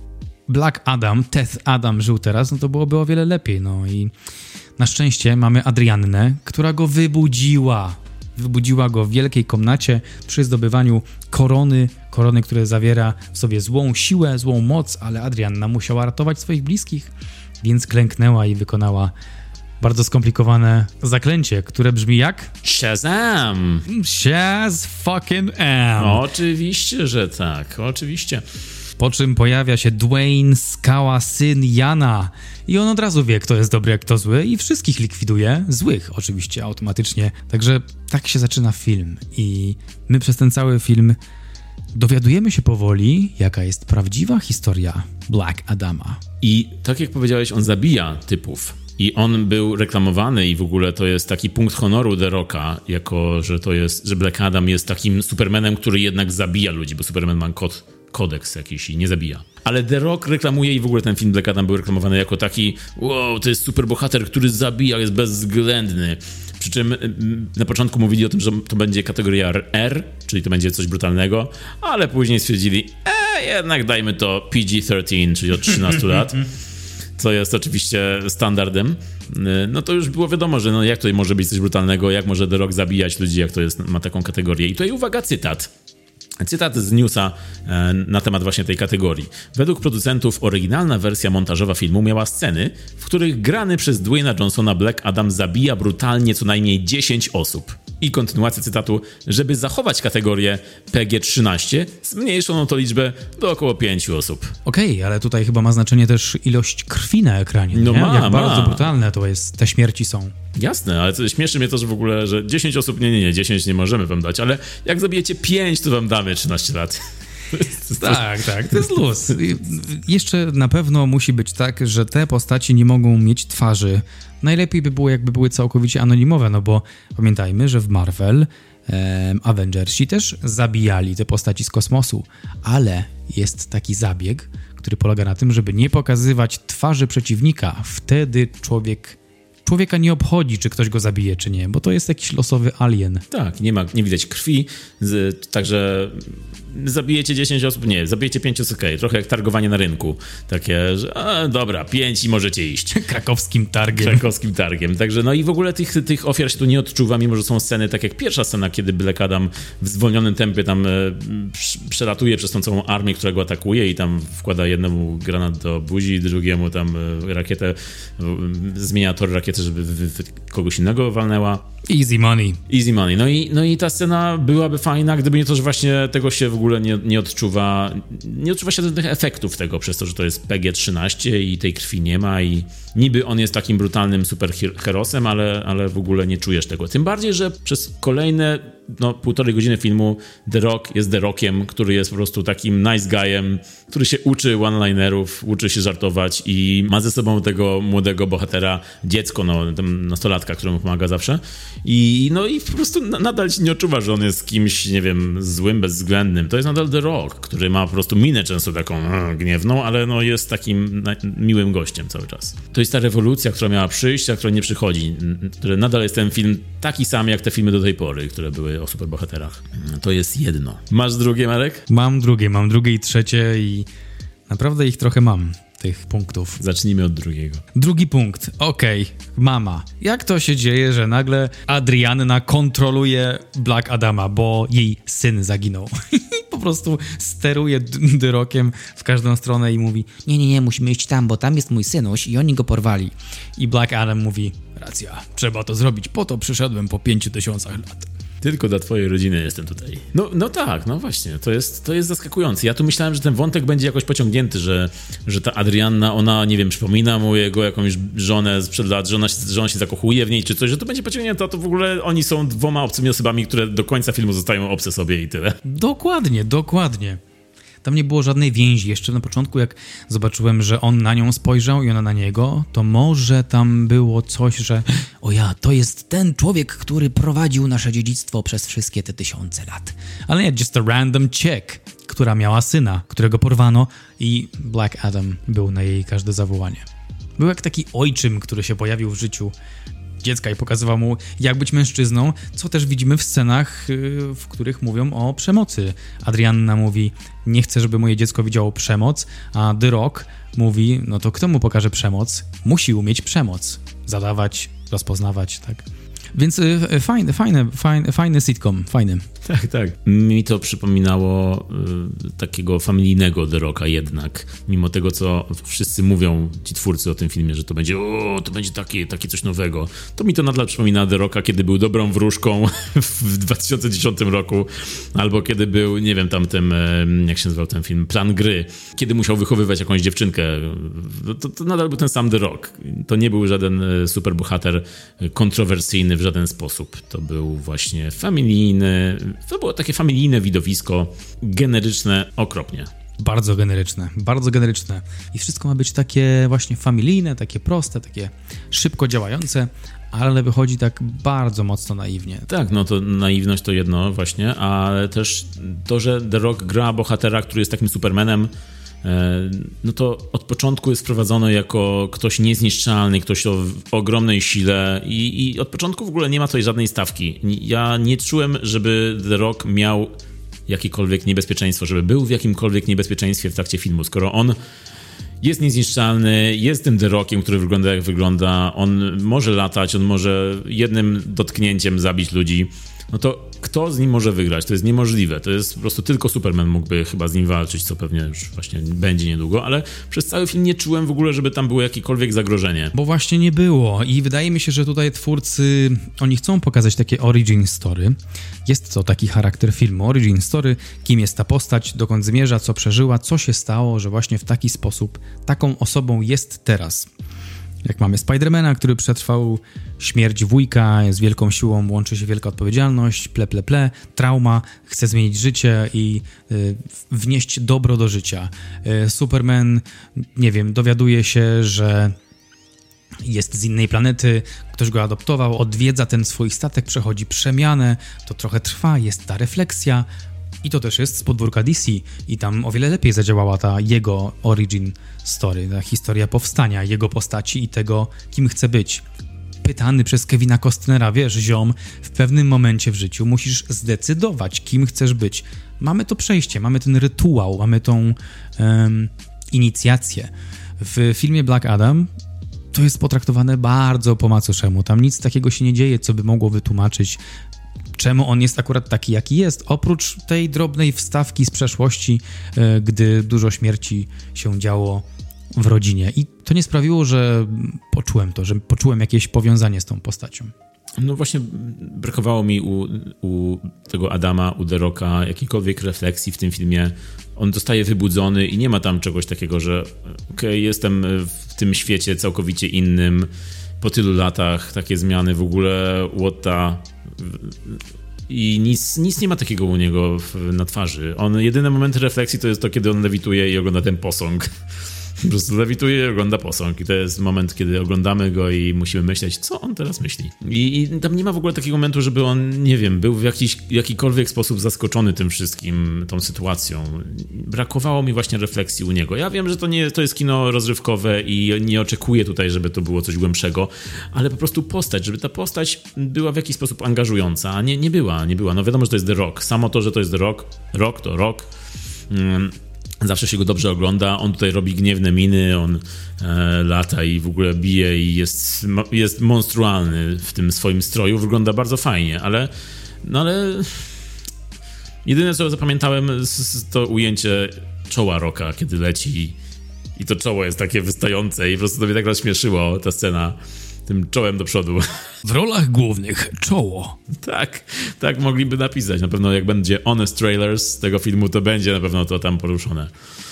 Black Adam, Teth Adam żył teraz, no to byłoby o wiele lepiej. No i na szczęście mamy Adriannę, która go wybudziła. Wybudziła go w wielkiej komnacie przy zdobywaniu korony, korony, które zawiera w sobie złą siłę, złą moc, ale Adrianna musiała ratować swoich bliskich, więc klęknęła i wykonała bardzo skomplikowane zaklęcie, które brzmi jak? Shazam! Shaz fucking am! Oczywiście, że tak, oczywiście. Po czym pojawia się Dwayne Skała, syn Jana. I on od razu wie, kto jest dobry, a kto zły i wszystkich likwiduje. Złych oczywiście, automatycznie. Także tak się zaczyna film. I my przez ten cały film dowiadujemy się powoli, jaka jest prawdziwa historia Black Adama. I tak jak powiedziałeś, on zabija typów. I on był reklamowany i w ogóle to jest taki punkt honoru The Rocka, jako że to jest, że Black Adam jest takim Supermanem, który jednak zabija ludzi, bo Superman ma kod, kodeks jakiś i nie zabija. Ale The Rock reklamuje i w ogóle ten film Black Adam był reklamowany jako taki, wow, to jest superbohater, który zabija, jest bezwzględny. Przy czym na początku mówili o tym, że to będzie kategoria R, czyli to będzie coś brutalnego, ale później stwierdzili, e, jednak dajmy to P G trzynaście, czyli od trzynastu lat. Co jest oczywiście standardem, no to już było wiadomo, że no jak to może być coś brutalnego, jak może The Rock zabijać ludzi, jak to jest, ma taką kategorię. I tutaj uwaga, cytat. Cytat z newsa e, na temat właśnie tej kategorii. Według producentów oryginalna wersja montażowa filmu miała sceny, w których grany przez Dwayna Johnsona Black Adam zabija brutalnie co najmniej dziesięć osób. I kontynuacja cytatu, żeby zachować kategorię P G trzynaście, zmniejszono to liczbę do około pięciu osób. Okej, okay, ale tutaj chyba ma znaczenie też ilość krwi na ekranie, no nie? Ma, Jak ma. bardzo brutalne to jest, te śmierci są. Jasne, ale to śmieszy mnie to, że w ogóle, że dziesięć osób, nie, nie, nie, dziesięć nie możemy wam dać, ale jak zabijecie pięć, to wam damy trzynaście lat. Tak, tak, to jest luz. Jeszcze na pewno musi być tak, że te postaci nie mogą mieć twarzy. Najlepiej by było, jakby były całkowicie anonimowe, no bo pamiętajmy, że w Marvel e, Avengersi też zabijali te postaci z kosmosu, ale jest taki zabieg, który polega na tym, żeby nie pokazywać twarzy przeciwnika. Wtedy człowiek... Człowieka nie obchodzi, czy ktoś go zabije, czy nie, bo to jest jakiś losowy alien. Tak, nie ma, nie widać krwi, z, także zabijecie dziesięć osób, nie, zabijecie pięć osób, okej, okay, trochę jak targowanie na rynku. Takie, że a, dobra, pięć i możecie iść. Krakowskim targiem. Krakowskim targiem. Także no i w ogóle tych, tych ofiar się tu nie odczuwa, mimo że są sceny, tak jak pierwsza scena, kiedy Black Adam w zwolnionym tempie tam e, przelatuje przez tą całą armię, która go atakuje i tam wkłada jednemu granat do buzi, drugiemu tam e, rakietę, e, zmienia tor rakiety, żeby w, w, w kogoś innego walnęła. Easy money. Easy money. No i, no i ta scena byłaby fajna, gdyby nie to, że właśnie tego się w ogóle nie, nie odczuwa, nie odczuwa się tych efektów tego, przez to, że to jest P G trzynaście i tej krwi nie ma i niby on jest takim brutalnym superherosem, ale, ale w ogóle nie czujesz tego. Tym bardziej, że przez kolejne no, półtorej godziny filmu The Rock jest The Rockiem, który jest po prostu takim nice guyem, który się uczy one-linerów, uczy się żartować i ma ze sobą tego młodego bohatera, dziecko, no, nastolatka, któremu pomaga zawsze. I no i po prostu nadal się nie odczuwa, że on jest kimś, nie wiem, złym, bezwzględnym. To jest nadal The Rock, który ma po prostu minę często taką mm, gniewną, ale no jest takim miłym gościem cały czas. To jest ta rewolucja, która miała przyjść, a która nie przychodzi. Który nadal jest ten film taki sam, jak te filmy do tej pory, które były o superbohaterach. To jest jedno. Masz drugie, Marek? Mam drugie, mam drugie i trzecie i naprawdę ich trochę mam, tych punktów. Zacznijmy od drugiego. Drugi punkt. Okej, okay. Mama. Jak to się dzieje, że nagle Adrianna kontroluje Black Adama, bo jej syn zaginął? Po prostu steruje The Rockiem w każdą stronę i mówi nie, nie, nie, musimy iść tam, bo tam jest mój synuś i oni go porwali. I Black Adam mówi racja, trzeba to zrobić, po to przyszedłem po pięciu tysiącach lat. Tylko dla twojej rodziny jestem tutaj. No, no tak, no właśnie, to jest, to jest zaskakujące. Ja tu myślałem, że ten wątek będzie jakoś pociągnięty, że, że ta Adrianna, ona, nie wiem, przypomina mu jego jakąś żonę sprzed lat, że ona, że on się zakochuje w niej czy coś, że to będzie pociągnięte, a to w ogóle oni są dwoma obcymi osobami, które do końca filmu zostają obce sobie i tyle. Dokładnie, dokładnie. Tam nie było żadnej więzi. Jeszcze na początku, jak zobaczyłem, że on na nią spojrzał i ona na niego, to może tam było coś, że o ja, to jest ten człowiek, który prowadził nasze dziedzictwo przez wszystkie te tysiące lat. Ale nie, just a random chick, która miała syna, którego porwano i Black Adam był na jej każde zawołanie. Był jak taki ojczym, który się pojawił w życiu dziecka i pokazywał mu, jak być mężczyzną, co też widzimy w scenach, w których mówią o przemocy. Adrianna mówi, nie chcę, żeby moje dziecko widziało przemoc, a The Rock mówi, no to kto mu pokaże przemoc? Musi umieć przemoc. Zadawać, rozpoznawać, tak. Więc y, fajny, fajny, fajny, fajny sitcom, fajny. Tak, tak. Mi to przypominało y, takiego familijnego The Rocka jednak. Mimo tego, co wszyscy mówią, ci twórcy o tym filmie, że to będzie o, to będzie takie, takie coś nowego. To mi to nadal przypomina The Rocka, kiedy był dobrą wróżką w dwa tysiące dziesiątym roku, albo kiedy był, nie wiem, tamtym, jak się nazywał ten film, Plan Gry. Kiedy musiał wychowywać jakąś dziewczynkę. To, to nadal był ten sam The Rock. To nie był żaden superbohater kontrowersyjny w żaden sposób. To był właśnie familijny, to było takie familijne widowisko, generyczne okropnie. Bardzo generyczne, bardzo generyczne. I wszystko ma być takie właśnie familijne, takie proste, takie szybko działające, ale wychodzi tak bardzo mocno naiwnie. Tak, no to naiwność to jedno właśnie, ale też to, że The Rock gra bohatera, który jest takim Supermanem, no to od początku jest wprowadzony jako ktoś niezniszczalny, ktoś o ogromnej sile i, i od początku w ogóle nie ma tutaj żadnej stawki. Ja nie czułem, żeby The Rock miał jakiekolwiek niebezpieczeństwo, żeby był w jakimkolwiek niebezpieczeństwie w trakcie filmu, skoro on jest niezniszczalny, jest tym The Rockiem, który wygląda jak wygląda, on może latać, on może jednym dotknięciem zabić ludzi, no to kto z nim może wygrać? To jest niemożliwe. To jest po prostu tylko Superman mógłby chyba z nim walczyć, co pewnie już właśnie będzie niedługo, ale przez cały film nie czułem w ogóle, żeby tam było jakiekolwiek zagrożenie. Bo właśnie nie było i wydaje mi się, że tutaj twórcy, oni chcą pokazać takie origin story. Jest to taki charakter filmu, origin story, kim jest ta postać, dokąd zmierza, co przeżyła, co się stało, że właśnie w taki sposób, taką osobą jest teraz. Jak mamy Spidermana, który przetrwał śmierć wujka, z wielką siłą łączy się wielka odpowiedzialność, ple, ple, ple, trauma, chce zmienić życie i y, wnieść dobro do życia. Y, Superman, nie wiem, dowiaduje się, że jest z innej planety, ktoś go adoptował, odwiedza ten swój statek, przechodzi przemianę, to trochę trwa, jest ta refleksja. I to też jest z podwórka D C i tam o wiele lepiej zadziałała ta jego origin story, ta historia powstania jego postaci i tego, kim chce być. Pytany przez Kevina Costnera, wiesz, ziom, w pewnym momencie w życiu musisz zdecydować, kim chcesz być. Mamy to przejście, mamy ten rytuał, mamy tą um, inicjację. W filmie Black Adam to jest potraktowane bardzo po macoszemu. Tam nic takiego się nie dzieje, co by mogło wytłumaczyć, czemu on jest akurat taki, jaki jest, oprócz tej drobnej wstawki z przeszłości, yy, gdy dużo śmierci się działo w rodzinie. I to nie sprawiło, że poczułem to, że poczułem jakieś powiązanie z tą postacią. No właśnie brakowało mi u, u tego Adama, u The Rocka jakiejkolwiek refleksji w tym filmie. On zostaje wybudzony i nie ma tam czegoś takiego, że okej, okay, jestem w tym świecie całkowicie innym, po tylu latach, takie zmiany w ogóle, what the... I nic, nic nie ma takiego u niego w, na twarzy. On, jedyny moment refleksji to jest to, kiedy on lewituje i ogląda ten posąg. Po prostu lewituje i ogląda posąg. I to jest moment, kiedy oglądamy go i musimy myśleć, co on teraz myśli. I, i tam nie ma w ogóle takiego momentu, żeby on, nie wiem, był w jakiś, jakikolwiek sposób zaskoczony tym wszystkim, tą sytuacją. Brakowało mi właśnie refleksji u niego. Ja wiem, że to nie to jest kino rozrywkowe i nie oczekuję tutaj, żeby to było coś głębszego, ale po prostu postać, żeby ta postać była w jakiś sposób angażująca. A nie, nie była, nie była. No wiadomo, że to jest The Rock. Samo to, że to jest The Rock, Rock to Rock. Mm. Zawsze się go dobrze ogląda, on tutaj robi gniewne miny, on e, lata i w ogóle bije i jest, jest monstrualny w tym swoim stroju, wygląda bardzo fajnie, ale no ale jedyne co zapamiętałem to ujęcie czoła Rocka, kiedy leci i to czoło jest takie wystające i po prostu to mnie tak rozśmieszyło, ta scena. tym czołem do przodu. W rolach głównych czoło. Tak, tak mogliby napisać. Na pewno jak będzie Honest Trailers z tego filmu, to będzie na pewno to tam poruszone.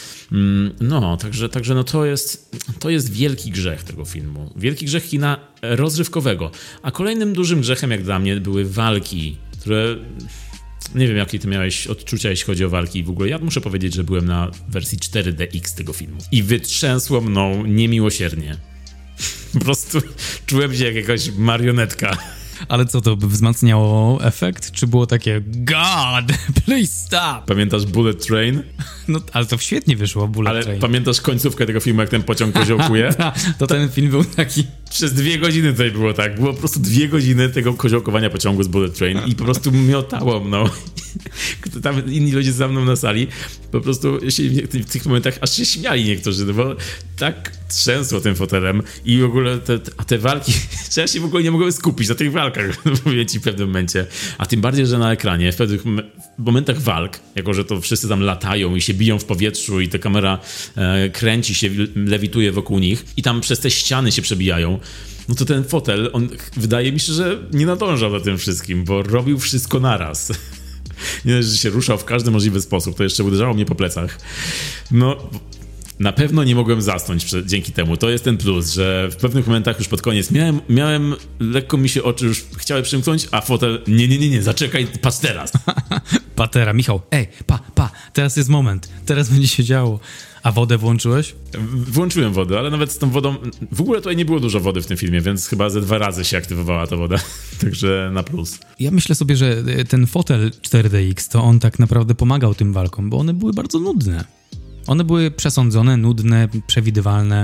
No, także, także no to jest, to jest wielki grzech tego filmu. Wielki grzech kina rozrywkowego. A kolejnym dużym grzechem, jak dla mnie, były walki, które... Nie wiem, jakie ty miałeś odczucia, jeśli chodzi o walki w ogóle. Ja muszę powiedzieć, że byłem na wersji cztery D X tego filmu. I wytrzęsło mną niemiłosiernie. Po prostu czułem się jak jakaś marionetka. Ale co, to wzmacniało efekt? Czy było takie God, please stop? Pamiętasz Bullet Train? No, ale to świetnie wyszło, Bullet ale Train. Ale pamiętasz końcówkę tego filmu, jak ten pociąg koziołkuje? To ten film był taki... Przez dwie godziny tutaj było tak. Było po prostu dwie godziny tego koziołkowania pociągu z Bullet Train i po prostu miotało mną. Tam inni ludzie za mną na sali po prostu się w tych momentach aż się śmiali niektórzy, no bo tak trzęsło tym fotelem i w ogóle te, a te walki, że ja się w ogóle nie mogłem skupić na tych walkach, mówię ci w pewnym momencie. A tym bardziej, że na ekranie w pewnych momentach walk, jako że to wszyscy tam latają i się biją w powietrzu i ta kamera e, kręci się, lewituje wokół nich i tam przez te ściany się przebijają, no to ten fotel, on wydaje mi się, że nie nadążał za tym wszystkim, bo robił wszystko naraz. Nie, że się ruszał w każdy możliwy sposób, to jeszcze uderzało mnie po plecach. No, na pewno nie mogłem zasnąć przed, dzięki temu. To jest ten plus, że w pewnych momentach już pod koniec miałem, miałem lekko mi się oczy już chciały przymknąć, a fotel, nie, nie, nie, nie, zaczekaj, patrz teraz. Patera, Michał, ej, pa, pa, teraz jest moment, teraz będzie się działo. A wodę włączyłeś? Włączyłem wodę, ale nawet z tą wodą... W ogóle tutaj nie było dużo wody w tym filmie, więc chyba ze dwa razy się aktywowała ta woda. Także na plus. Ja myślę sobie, że ten fotel cztery D X, to on tak naprawdę pomagał tym walkom, bo one były bardzo nudne. One były przesądzone, nudne, przewidywalne.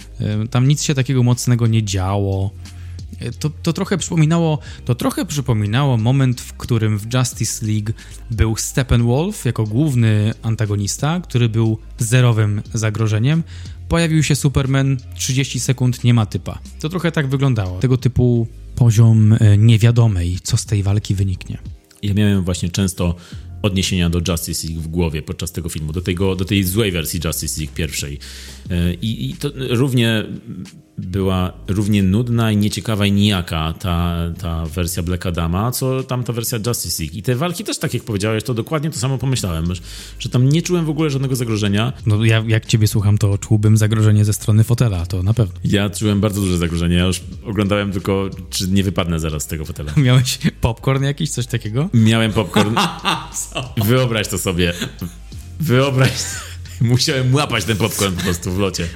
Tam nic się takiego mocnego nie działo. To, to, trochę przypominało, to trochę przypominało moment, w którym w Justice League był Steppenwolf jako główny antagonista, który był zerowym zagrożeniem. Pojawił się Superman, trzydzieści sekund, nie ma typa. To trochę tak wyglądało. Tego typu poziom niewiadomej, co z tej walki wyniknie. Ja miałem właśnie często odniesienia do Justice League w głowie podczas tego filmu, do, tego, do tej złej wersji Justice League pierwszej. I, i to równie była równie nudna i nieciekawa i nijaka ta, ta wersja Black Adama, co tamta wersja Justice League. I te walki też, tak jak powiedziałeś, to dokładnie to samo pomyślałem, że tam nie czułem w ogóle żadnego zagrożenia. No ja jak ciebie słucham, to czułbym zagrożenie ze strony fotela, to na pewno. Ja czułem bardzo duże zagrożenie, ja już oglądałem tylko, czy nie wypadnę zaraz z tego fotela. Miałeś popcorn jakiś, coś takiego? Miałem popcorn. Wyobraź to sobie. Wyobraź. Musiałem łapać ten popcorn po prostu w locie.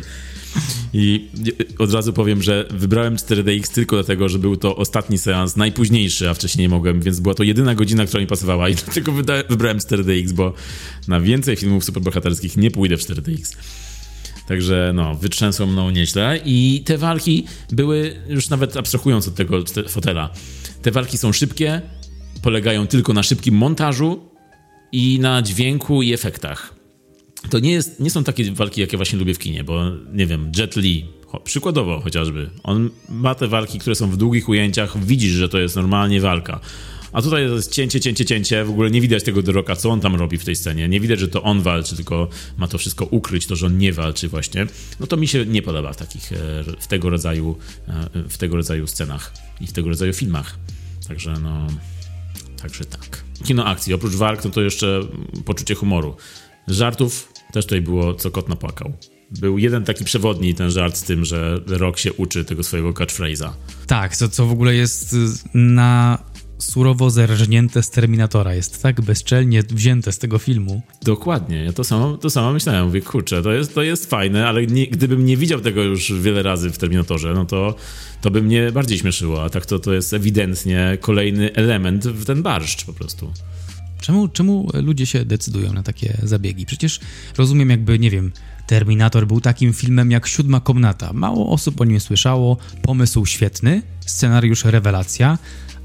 I od razu powiem, że wybrałem cztery D X tylko dlatego, że był to ostatni seans, najpóźniejszy, a wcześniej nie mogłem, więc była to jedyna godzina, która mi pasowała i dlatego wybrałem cztery D X, bo na więcej filmów superbohaterskich nie pójdę w cztery D X. Także no, wytrzęsło mną nieźle i te walki były, już nawet abstrahując od tego fotela, te walki są szybkie, polegają tylko na szybkim montażu i na dźwięku i efektach. To nie, jest, nie są takie walki, jakie właśnie lubię w kinie, bo nie wiem, Jet Li, cho, przykładowo chociażby, on ma te walki, które są w długich ujęciach, widzisz, że to jest normalnie walka. A tutaj to jest cięcie, cięcie, cięcie, w ogóle nie widać tego The Rocka, co on tam robi w tej scenie, nie widać, że to on walczy, tylko ma to wszystko ukryć, to, że on nie walczy właśnie. No to mi się nie podoba w takich, w tego rodzaju, w tego rodzaju scenach i w tego rodzaju filmach. Także no, także tak. Kino akcji, oprócz walk, no to jeszcze poczucie humoru. Żartów też tutaj było, co kot napłakał. Był jeden taki przewodni ten żart z tym, że The Rock się uczy tego swojego catchphrase'a. Tak, to co w ogóle jest na surowo zerżnięte z Terminatora. Jest tak bezczelnie wzięte z tego filmu. Dokładnie, ja to samo, to samo myślałem. Mówię, kurczę, to jest, to jest fajne, ale nie, gdybym nie widział tego już wiele razy w Terminatorze, no to, to by mnie bardziej śmieszyło. A tak to, to jest ewidentnie kolejny element w ten barszcz po prostu. Czemu, czemu ludzie się decydują na takie zabiegi? Przecież rozumiem, jakby, nie wiem, Terminator był takim filmem jak Siódma komnata. Mało osób o nim słyszało, pomysł świetny, scenariusz rewelacja,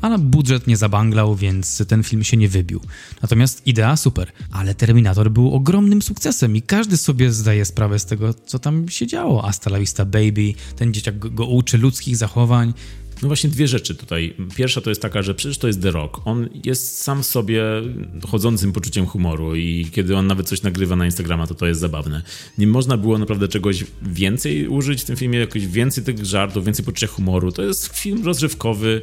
ale budżet nie zabanglał, więc ten film się nie wybił. Natomiast idea super, ale Terminator był ogromnym sukcesem i każdy sobie zdaje sprawę z tego, co tam się działo. Hasta la vista baby, ten dzieciak go, go uczy ludzkich zachowań. No właśnie dwie rzeczy tutaj. Pierwsza to jest taka, że przecież to jest The Rock. On jest sam w sobie chodzącym poczuciem humoru i kiedy on nawet coś nagrywa na Instagrama, to to jest zabawne. Nie można było naprawdę czegoś więcej użyć w tym filmie, jakoś więcej tych żartów, więcej poczucia humoru. To jest film rozrywkowy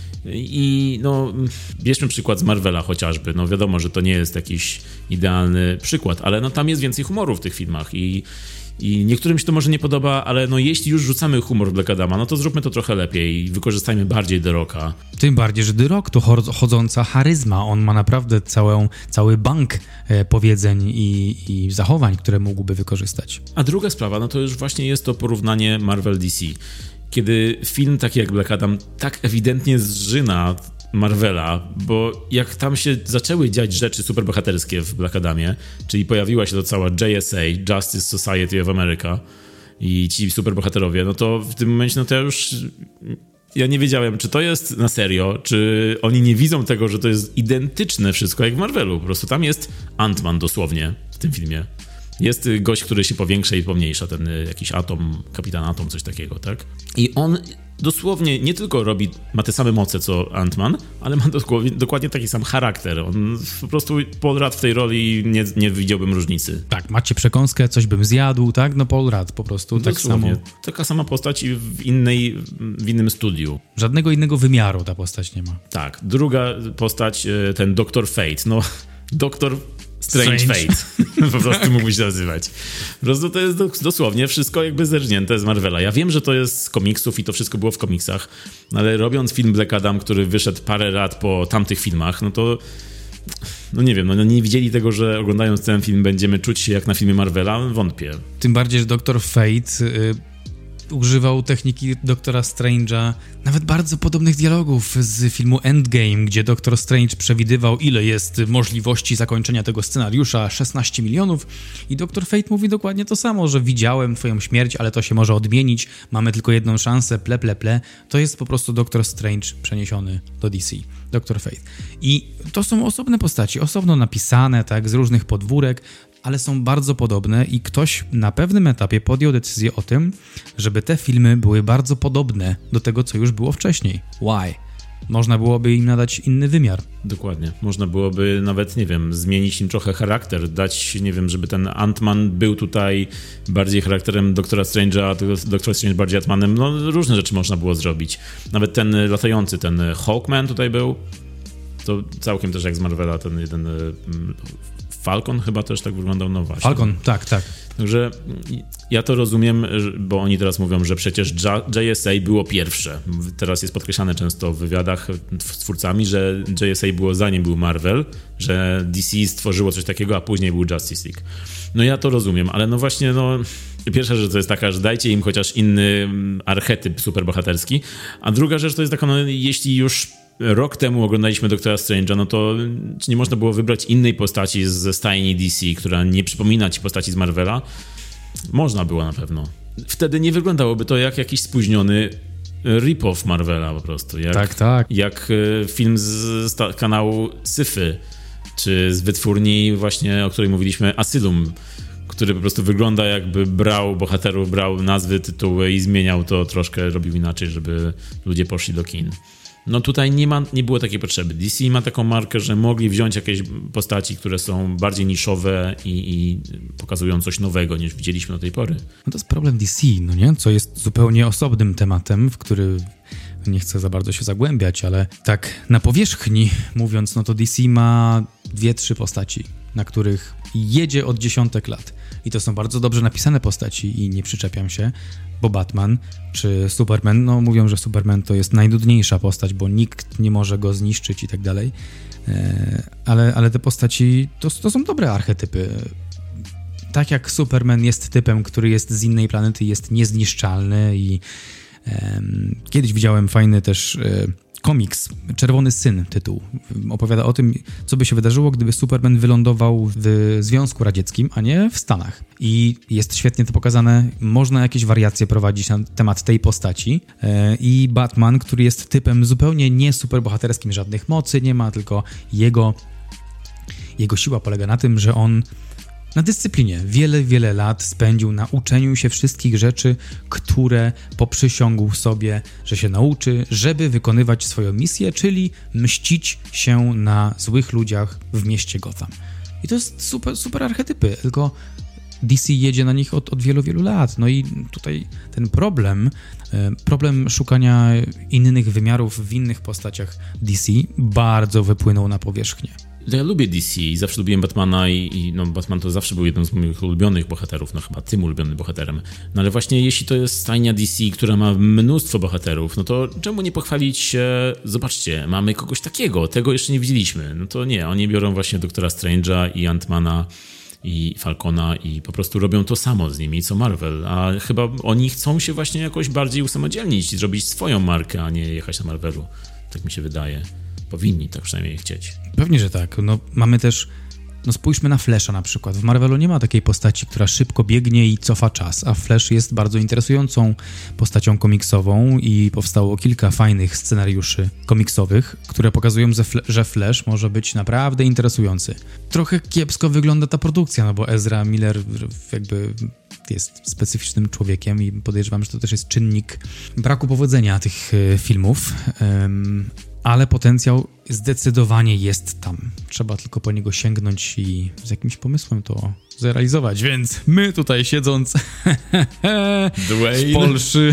i no bierzmy przykład z Marvela chociażby. No wiadomo, że to nie jest jakiś idealny przykład, ale no tam jest więcej humoru w tych filmach i I niektórym się to może nie podoba, ale no jeśli już rzucamy humor w Black Adama, no to zróbmy to trochę lepiej i wykorzystajmy bardziej The Rocka. Tym bardziej, że The Rock to chodząca charyzma. On ma naprawdę całą, cały bank e, powiedzeń i, i zachowań, które mógłby wykorzystać. A druga sprawa, no to już właśnie jest to porównanie Marvel-D C. Kiedy film taki jak Black Adam tak ewidentnie zżyna Marvela, bo jak tam się zaczęły dziać rzeczy superbohaterskie w Black Adamie, czyli pojawiła się to cała J S A, Justice Society of America i ci superbohaterowie, no to w tym momencie, no to ja już ja nie wiedziałem, czy to jest na serio, czy oni nie widzą tego, że to jest identyczne wszystko jak w Marvelu. Po prostu tam jest Ant-Man dosłownie w tym filmie. Jest gość, który się powiększa i pomniejsza, ten jakiś atom, kapitan atom, coś takiego, tak? I on dosłownie nie tylko robi, ma te same moce co Ant-Man, ale ma dokładnie, dokładnie taki sam charakter. On po prostu Paul Rudd w tej roli nie, nie widziałbym różnicy. Tak, macie przekąskę, coś bym zjadł, tak? No Paul Rudd po prostu tak dosłownie. samo. Taka sama postać w innej, w innym studiu. Żadnego innego wymiaru ta postać nie ma. Tak. Druga postać, ten doktor Fate. No, doktor Strange, Strange. Fate. Po prostu mógłby się nazywać. Po prostu to jest dosłownie wszystko jakby zerżnięte z Marvela. Ja wiem, że to jest z komiksów i to wszystko było w komiksach, ale robiąc film Black Adam, który wyszedł parę lat po tamtych filmach, no to no nie wiem, no nie widzieli tego, że oglądając ten film będziemy czuć się jak na filmie Marvela? Wątpię. Tym bardziej, że doktor Fate y, używał techniki doktora Strange'a, nawet bardzo podobnych dialogów z filmu Endgame, gdzie doktor Strange przewidywał, ile jest możliwości zakończenia tego scenariusza, szesnaście milionów, i doktor Fate mówi dokładnie to samo, że widziałem twoją śmierć, ale to się może odmienić, mamy tylko jedną szansę, ple, ple, ple. To jest po prostu doktor Strange przeniesiony do D C, doktor Fate. I to są osobne postaci, osobno napisane, tak, z różnych podwórek, ale są bardzo podobne i ktoś na pewnym etapie podjął decyzję o tym, żeby te filmy były bardzo podobne do tego, co już było wcześniej. Why? Można byłoby im nadać inny wymiar. Dokładnie. Można byłoby nawet, nie wiem, zmienić im trochę charakter, dać, nie wiem, żeby ten Ant-Man był tutaj bardziej charakterem doktora Strange'a, a doktor Strange bardziej Ant-Manem. No, różne rzeczy można było zrobić. Nawet ten latający, ten Hawkman tutaj był. To całkiem też jak z Marvela, ten jeden... Falcon chyba też tak wyglądał, no właśnie. Falcon, tak, tak. Także ja to rozumiem, bo oni teraz mówią, że przecież J S A było pierwsze. Teraz jest podkreślane często w wywiadach z twórcami, że J S A było zanim był Marvel, że D C stworzyło coś takiego, a później był Justice League. No ja to rozumiem, ale no właśnie, no pierwsza rzecz to jest taka, że dajcie im chociaż inny archetyp superbohaterski, a druga rzecz to jest taka, no jeśli już rok temu oglądaliśmy Doktora Strange'a, no to czy nie można było wybrać innej postaci ze stajni D C, która nie przypomina ci postaci z Marvela? Można było na pewno. Wtedy nie wyglądałoby to jak jakiś spóźniony rip-off Marvela po prostu. Jak, tak, tak. Jak film z kanału Syfy, czy z wytwórni właśnie, o której mówiliśmy, Asylum, który po prostu wygląda jakby brał bohaterów, brał nazwy, tytuły i zmieniał to troszkę, robił inaczej, żeby ludzie poszli do kin. No tutaj nie ma, nie było takiej potrzeby. D C ma taką markę, że mogli wziąć jakieś postaci, które są bardziej niszowe i, i pokazują coś nowego, niż widzieliśmy do tej pory. No to jest problem D C, no nie? Co jest zupełnie osobnym tematem, w który nie chcę za bardzo się zagłębiać, ale tak na powierzchni mówiąc, no to D C ma dwie, trzy postaci, na których jedzie od dziesiątek lat. I to są bardzo dobrze napisane postaci i nie przyczepiam się, bo Batman czy Superman, no mówią, że Superman to jest najnudniejsza postać, bo nikt nie może go zniszczyć i tak dalej. Ale, ale te postaci to, to są dobre archetypy. Tak jak Superman jest typem, który jest z innej planety, jest niezniszczalny i um, kiedyś widziałem fajny też um, komiks Czerwony Syn, tytuł. Opowiada o tym, co by się wydarzyło, gdyby Superman wylądował w Związku Radzieckim, a nie w Stanach. I jest świetnie to pokazane. Można jakieś wariacje prowadzić na temat tej postaci. I Batman, który jest typem zupełnie nie superbohaterskim, żadnych mocy nie ma, tylko jego, jego siła polega na tym, że on na dyscyplinie wiele, wiele lat spędził na uczeniu się wszystkich rzeczy, które poprzysiągł sobie, że się nauczy, żeby wykonywać swoją misję, czyli mścić się na złych ludziach w mieście Gotham. I to jest super, super archetypy, tylko D C jedzie na nich od, od wielu, wielu lat. No i tutaj ten problem, problem szukania innych wymiarów w innych postaciach D C bardzo wypłynął na powierzchnię. Ja lubię D C i zawsze lubiłem Batmana i, i no Batman to zawsze był jednym z moich ulubionych bohaterów, no chyba tym ulubionym bohaterem. No ale właśnie jeśli to jest stajnia D C, która ma mnóstwo bohaterów, no to czemu nie pochwalić się, zobaczcie, mamy kogoś takiego, tego jeszcze nie widzieliśmy. No to nie, oni biorą właśnie Doktora Strange'a i Ant-Mana i Falcona i po prostu robią to samo z nimi, co Marvel, a chyba oni chcą się właśnie jakoś bardziej usamodzielnić i zrobić swoją markę, a nie jechać na Marvelu. Tak mi się wydaje. Powinni tak przynajmniej chcieć. Pewnie, że tak. No, mamy też, no spójrzmy na Flasha na przykład. W Marvelu nie ma takiej postaci, która szybko biegnie i cofa czas, a Flash jest bardzo interesującą postacią komiksową i powstało kilka fajnych scenariuszy komiksowych, które pokazują, że Flash może być naprawdę interesujący. Trochę kiepsko wygląda ta produkcja, no bo Ezra Miller jakby jest specyficznym człowiekiem i podejrzewam, że to też jest czynnik braku powodzenia tych filmów. Um, ale potencjał zdecydowanie jest tam. Trzeba tylko po niego sięgnąć i z jakimś pomysłem to zrealizować. Więc my tutaj siedząc Dwayne. w Polsce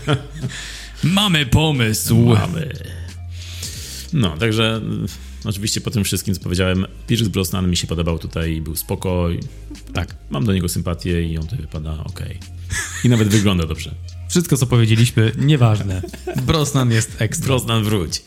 mamy pomysł. Mamy. No, także oczywiście po tym wszystkim, co powiedziałem, Pierce Brosnan mi się podobał tutaj, był spoko. Tak, mam do niego sympatię i on to wypada okej. I nawet wygląda dobrze. Wszystko, co powiedzieliśmy, nieważne. Brosnan jest ekstra. Brosnan wróć.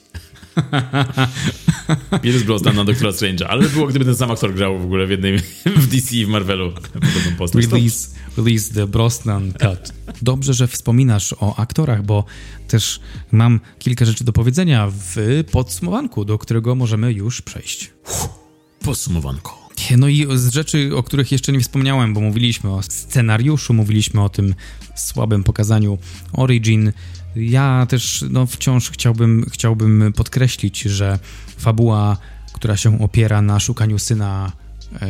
Pierce Brosnan na Doktora Strange'a, ale by było, gdyby ten sam aktor grał w ogóle w jednej w D C i w Marvelu podobną postać. Release, release the Brosnan cut. Dobrze, że wspominasz o aktorach, bo też mam kilka rzeczy do powiedzenia w podsumowanku, do którego możemy już przejść. Podsumowanko. No i z rzeczy, o których jeszcze nie wspomniałem, bo mówiliśmy o scenariuszu, mówiliśmy o tym słabym pokazaniu origin. Ja też no, wciąż chciałbym, chciałbym podkreślić, że fabuła, która się opiera na szukaniu syna e,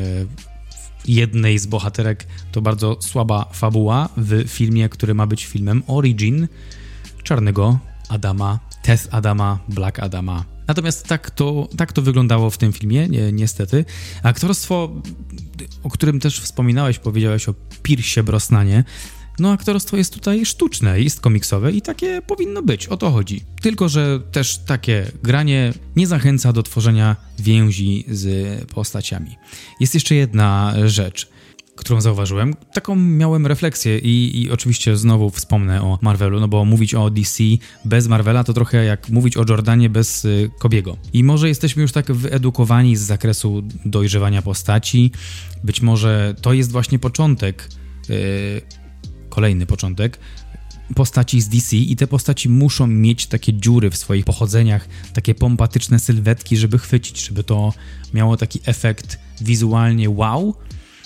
jednej z bohaterek, to bardzo słaba fabuła w filmie, który ma być filmem origin Czarnego Adama, Teth Adama, Black Adama. Natomiast tak to, tak to wyglądało w tym filmie, ni- niestety. Aktorstwo, o którym też wspominałeś, powiedziałeś o Piercie Brosnanie. No aktorstwo jest tutaj sztuczne, jest komiksowe i takie powinno być, o to chodzi. Tylko że też takie granie nie zachęca do tworzenia więzi z postaciami. Jest jeszcze jedna rzecz, którą zauważyłem. Taką miałem refleksję i, i oczywiście znowu wspomnę o Marvelu, no bo mówić o D C bez Marvela to trochę jak mówić o Jordanie bez y, Kobiego. I może jesteśmy już tak wyedukowani z zakresu dojrzewania postaci. Być może to jest właśnie początek, y, kolejny początek postaci z D C i te postaci muszą mieć takie dziury w swoich pochodzeniach, takie pompatyczne sylwetki, żeby chwycić, żeby to miało taki efekt wizualnie wow.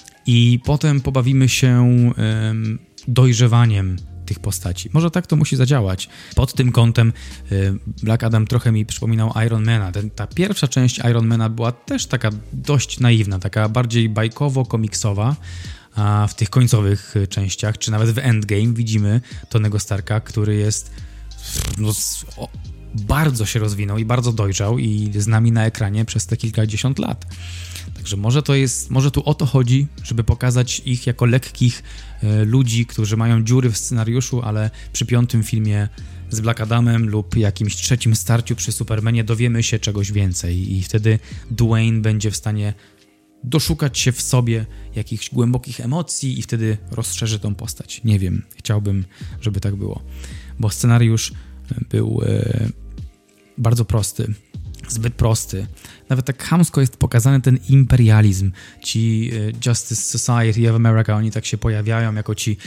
I potem pobawimy się um, dojrzewaniem tych postaci. Może tak to musi zadziałać. Pod tym kątem y, Black Adam trochę mi przypominał Ironmana. Ten, ta pierwsza część Ironmana była też taka dość naiwna, taka bardziej bajkowo-komiksowa, a w tych końcowych częściach, czy nawet w Endgame widzimy Tonego Starka, który jest no, o, bardzo się rozwinął i bardzo dojrzał i z nami na ekranie przez te kilkadziesiąt lat. Także może to jest, może tu o to chodzi, żeby pokazać ich jako lekkich e, ludzi, którzy mają dziury w scenariuszu, ale przy piątym filmie z Black Adamem lub jakimś trzecim starciu przy Supermanie dowiemy się czegoś więcej i wtedy Dwayne będzie w stanie doszukać się w sobie jakichś głębokich emocji i wtedy rozszerzy tą postać. Nie wiem, chciałbym, żeby tak było, bo scenariusz był e, bardzo prosty. Zbyt prosty. Nawet tak chamsko jest pokazany ten imperializm. Ci Justice Society of America, oni tak się pojawiają jako ci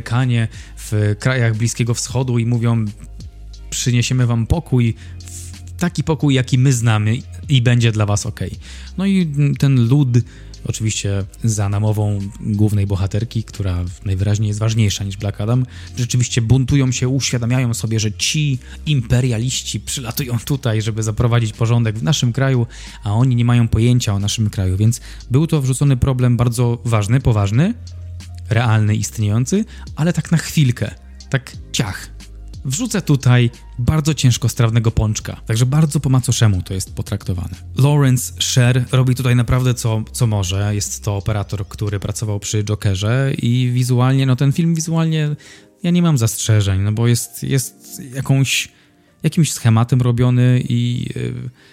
Amerykanie w krajach Bliskiego Wschodu i mówią, przyniesiemy wam pokój taki pokój, jaki my znamy i będzie dla was okej. No i ten lud, oczywiście za namową głównej bohaterki, która najwyraźniej jest ważniejsza niż Black Adam, rzeczywiście buntują się, uświadamiają sobie, że ci imperialiści przylatują tutaj, żeby zaprowadzić porządek w naszym kraju, a oni nie mają pojęcia o naszym kraju, więc był to wrzucony problem bardzo ważny, poważny, realny, istniejący, ale tak na chwilkę, tak ciach. Wrzucę tutaj bardzo ciężkostrawnego pączka, także bardzo po macoszemu to jest potraktowane. Lawrence Sher robi tutaj naprawdę co, co może. Jest to operator, który pracował przy Jokerze i wizualnie, no ten film wizualnie ja nie mam zastrzeżeń, no bo jest, jest jakąś, jakimś schematem robiony i yy,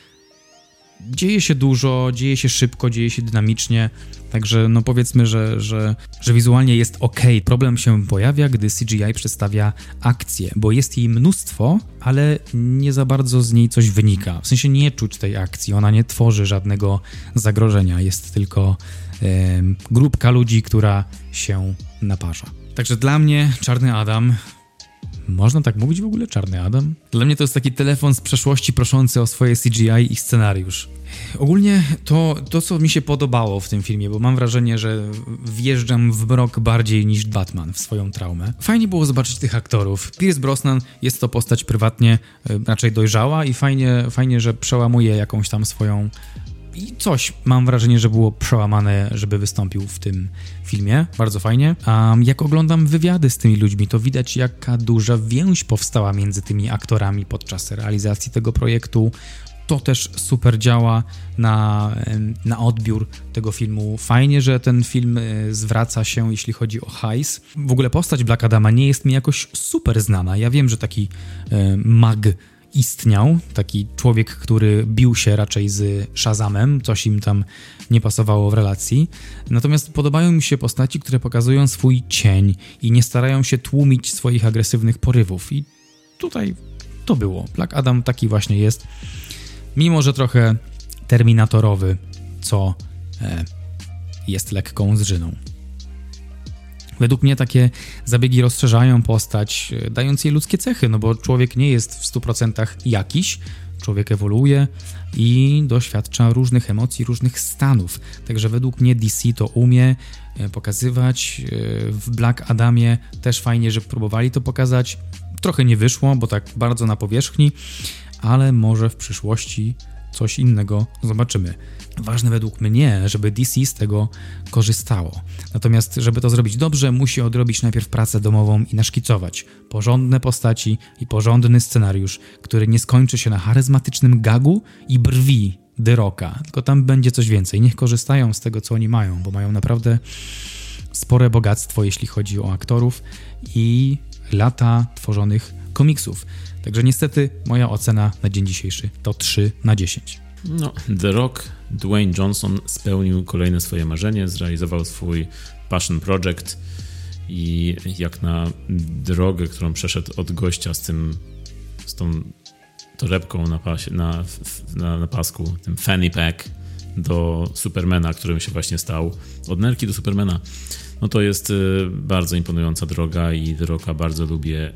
dzieje się dużo, dzieje się szybko, dzieje się dynamicznie, także no powiedzmy, że, że, że wizualnie jest okej. Problem się pojawia, gdy C G I przedstawia akcję, bo jest jej mnóstwo, ale nie za bardzo z niej coś wynika. W sensie nie czuć tej akcji, ona nie tworzy żadnego zagrożenia, jest tylko e, grupka ludzi, która się naparza. Także dla mnie Czarny Adam... Można tak mówić w ogóle? Czarny Adam? Dla mnie to jest taki telefon z przeszłości proszący o swoje C G I i scenariusz. Ogólnie to, to, co mi się podobało w tym filmie, bo mam wrażenie, że wjeżdżam w mrok bardziej niż Batman w swoją traumę. Fajnie było zobaczyć tych aktorów. Pierce Brosnan jest to postać prywatnie raczej dojrzała i fajnie, fajnie, że przełamuje jakąś tam swoją... I coś, mam wrażenie, że było przełamane, żeby wystąpił w tym filmie. Bardzo fajnie. A jak oglądam wywiady z tymi ludźmi, to widać, jaka duża więź powstała między tymi aktorami podczas realizacji tego projektu. To też super działa na, na odbiór tego filmu. Fajnie, że ten film zwraca się, jeśli chodzi o hajs. W ogóle postać Black Adama nie jest mi jakoś super znana. Ja wiem, że taki e, mag istniał, taki człowiek, który bił się raczej z Shazamem, coś im tam nie pasowało w relacji. Natomiast podobają mi się postaci, które pokazują swój cień i nie starają się tłumić swoich agresywnych porywów. I tutaj to było. Black Adam taki właśnie jest. Mimo że trochę terminatorowy, co e, jest lekką zżyną. Według mnie takie zabiegi rozszerzają postać, dając jej ludzkie cechy, no bo człowiek nie jest w stu procentach jakiś, człowiek ewoluuje i doświadcza różnych emocji, różnych stanów. Także według mnie D C to umie pokazywać. W Black Adamie też fajnie, że próbowali to pokazać. Trochę nie wyszło, bo tak bardzo na powierzchni, ale może w przyszłości coś innego zobaczymy. Ważne według mnie, żeby D C z tego korzystało. Natomiast, żeby to zrobić dobrze, musi odrobić najpierw pracę domową i naszkicować porządne postaci i porządny scenariusz, który nie skończy się na charyzmatycznym gagu i brwi The Rocka, tylko tam będzie coś więcej. Niech korzystają z tego, co oni mają, bo mają naprawdę spore bogactwo, jeśli chodzi o aktorów i lata tworzonych komiksów. Także niestety moja ocena na dzień dzisiejszy to trzy na dziesięć. No, The Rock, Dwayne Johnson spełnił kolejne swoje marzenie, zrealizował swój passion project i jak na drogę, którą przeszedł od gościa z tym, z tą torebką na, pasie, na, na, na pasku, tym fanny pack do Supermana, którym się właśnie stał, od nerki do Supermana, no to jest bardzo imponująca droga i The Rocka bardzo lubię.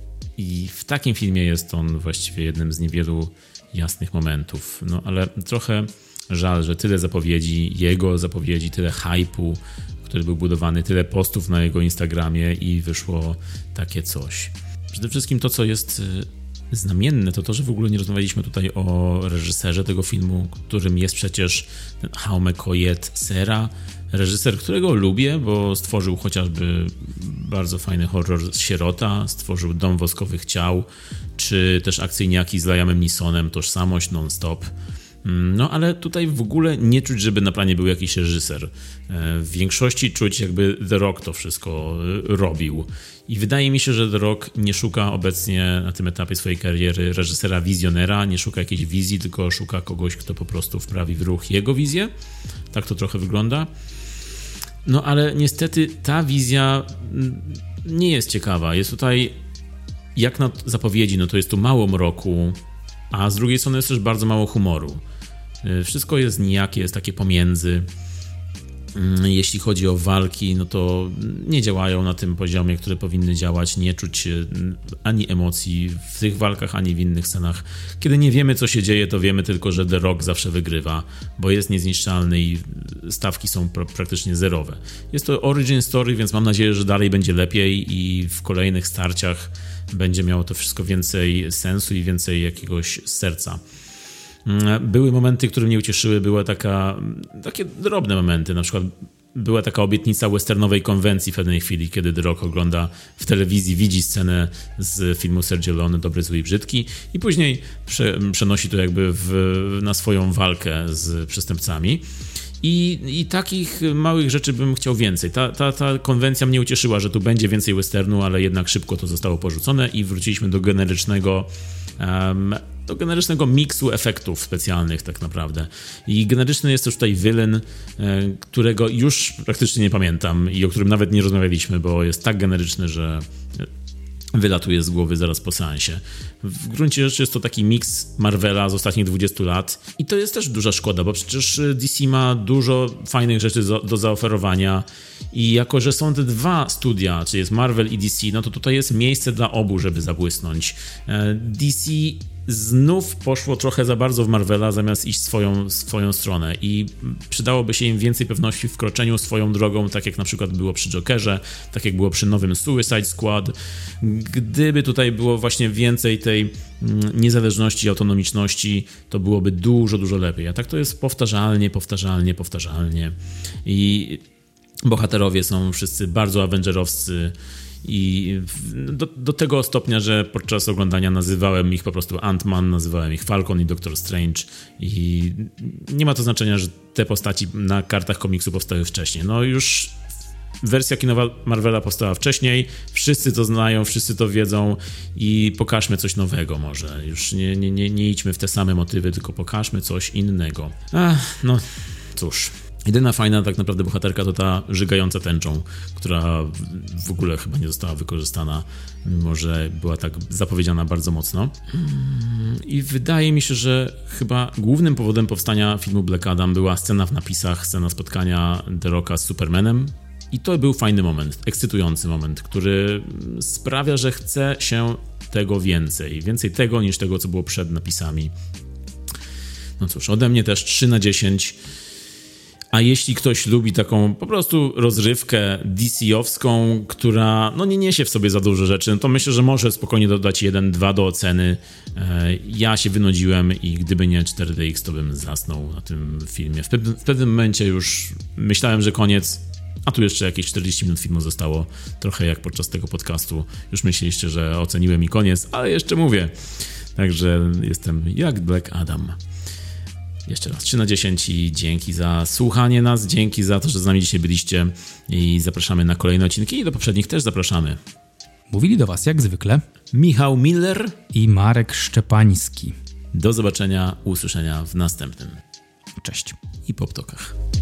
I w takim filmie jest on właściwie jednym z niewielu jasnych momentów. No ale trochę żal, że tyle zapowiedzi, jego zapowiedzi, tyle hype'u, który był budowany, tyle postów na jego Instagramie i wyszło takie coś. Przede wszystkim to, co jest znamienne, to to, że w ogóle nie rozmawialiśmy tutaj o reżyserze tego filmu, którym jest przecież ten Jaume Collet-Serra, reżyser, którego lubię, bo stworzył chociażby bardzo fajny horror Sierota, stworzył Dom woskowych ciał, czy też akcyjniaki z Liamem Neesonem, Tożsamość non-stop. No ale tutaj w ogóle nie czuć, żeby na planie był jakiś reżyser. W większości czuć, jakby The Rock to wszystko robił. I wydaje mi się, że The Rock nie szuka obecnie na tym etapie swojej kariery reżysera wizjonera, nie szuka jakiejś wizji, tylko szuka kogoś, kto po prostu wprawi w ruch jego wizję. Tak to trochę wygląda. No ale niestety ta wizja nie jest ciekawa. Jest tutaj, jak na zapowiedzi, no to jest tu mało mroku, a z drugiej strony jest też bardzo mało humoru. Wszystko jest nijakie, jest takie pomiędzy. Jeśli chodzi o walki, no to nie działają na tym poziomie, które powinny działać. Nie czuć ani emocji w tych walkach, ani w innych scenach. Kiedy nie wiemy, co się dzieje, to wiemy tylko, że The Rock zawsze wygrywa, bo jest niezniszczalny i stawki są pra- praktycznie zerowe. Jest to origin story, więc mam nadzieję, że dalej będzie lepiej i w kolejnych starciach będzie miało to wszystko więcej sensu i więcej jakiegoś serca. Były momenty, które mnie ucieszyły, były taka, takie drobne momenty, na przykład była taka obietnica westernowej konwencji w pewnej chwili, kiedy The Rock ogląda w telewizji, widzi scenę z filmu Sergio Leone Dobry, Zły i Brzydki i później prze, przenosi to jakby w, na swoją walkę z przestępcami. I, I takich małych rzeczy bym chciał więcej. Ta, ta, ta konwencja mnie ucieszyła, że tu będzie więcej westernu, ale jednak szybko to zostało porzucone i wróciliśmy do generycznego um, do generycznego miksu efektów specjalnych tak naprawdę. I generyczny jest też tutaj villain, którego już praktycznie nie pamiętam i o którym nawet nie rozmawialiśmy, bo jest tak generyczny, że wylatuje z głowy zaraz po seansie. W gruncie rzeczy jest to taki miks Marvela z ostatnich dwudziestu lat i to jest też duża szkoda, bo przecież D C ma dużo fajnych rzeczy do, do zaoferowania i jako, że są te dwa studia, czyli jest Marvel i D C, no to tutaj jest miejsce dla obu, żeby zabłysnąć. D C znów poszło trochę za bardzo w Marvela, zamiast iść swoją, swoją stronę i przydałoby się im więcej pewności w kroczeniu swoją drogą, tak jak na przykład było przy Jokerze, tak jak było przy nowym Suicide Squad. Gdyby tutaj było właśnie więcej tej niezależności, autonomiczności, to byłoby dużo, dużo lepiej. A tak to jest powtarzalnie, powtarzalnie, powtarzalnie i bohaterowie są wszyscy bardzo avengerowscy i do, do tego stopnia, że podczas oglądania nazywałem ich po prostu Ant-Man, nazywałem ich Falcon i Doctor Strange i nie ma to znaczenia, że te postaci na kartach komiksu powstały wcześniej. No już wersja kinowa Marvela powstała wcześniej, wszyscy to znają, wszyscy to wiedzą i pokażmy coś nowego może. Już nie, nie, nie, nie idźmy w te same motywy, tylko pokażmy coś innego. Ach, no cóż. Jedyna fajna tak naprawdę bohaterka to ta żygająca tęczą, która w ogóle chyba nie została wykorzystana, mimo że była tak zapowiedziana bardzo mocno. I wydaje mi się, że chyba głównym powodem powstania filmu Black Adam była scena w napisach, scena spotkania The Rocka z Supermanem. I to był fajny moment, ekscytujący moment, który sprawia, że chce się tego więcej. Więcej tego niż tego, co było przed napisami. No cóż, ode mnie też trzy na dziesięć. A jeśli ktoś lubi taką po prostu rozrywkę D C-owską, która no nie niesie w sobie za dużo rzeczy, no to myślę, że może spokojnie dodać jeden, dwa do oceny. Ja się wynudziłem i gdyby nie cztery D X, to bym zasnął na tym filmie. W pewnym, w pewnym momencie już myślałem, że koniec, a tu jeszcze jakieś czterdzieści minut filmu zostało. Trochę jak podczas tego podcastu. Już myśleliście, że oceniłem i koniec, ale jeszcze mówię. Także jestem jak Black Adam. Jeszcze raz trzy na dziesięć i dzięki za słuchanie nas, dzięki za to, że z nami dzisiaj byliście i zapraszamy na kolejne odcinki i do poprzednich też zapraszamy. Mówili do was jak zwykle Michał Miller i Marek Szczepański. Do zobaczenia, usłyszenia w następnym. Cześć. I po ptokach.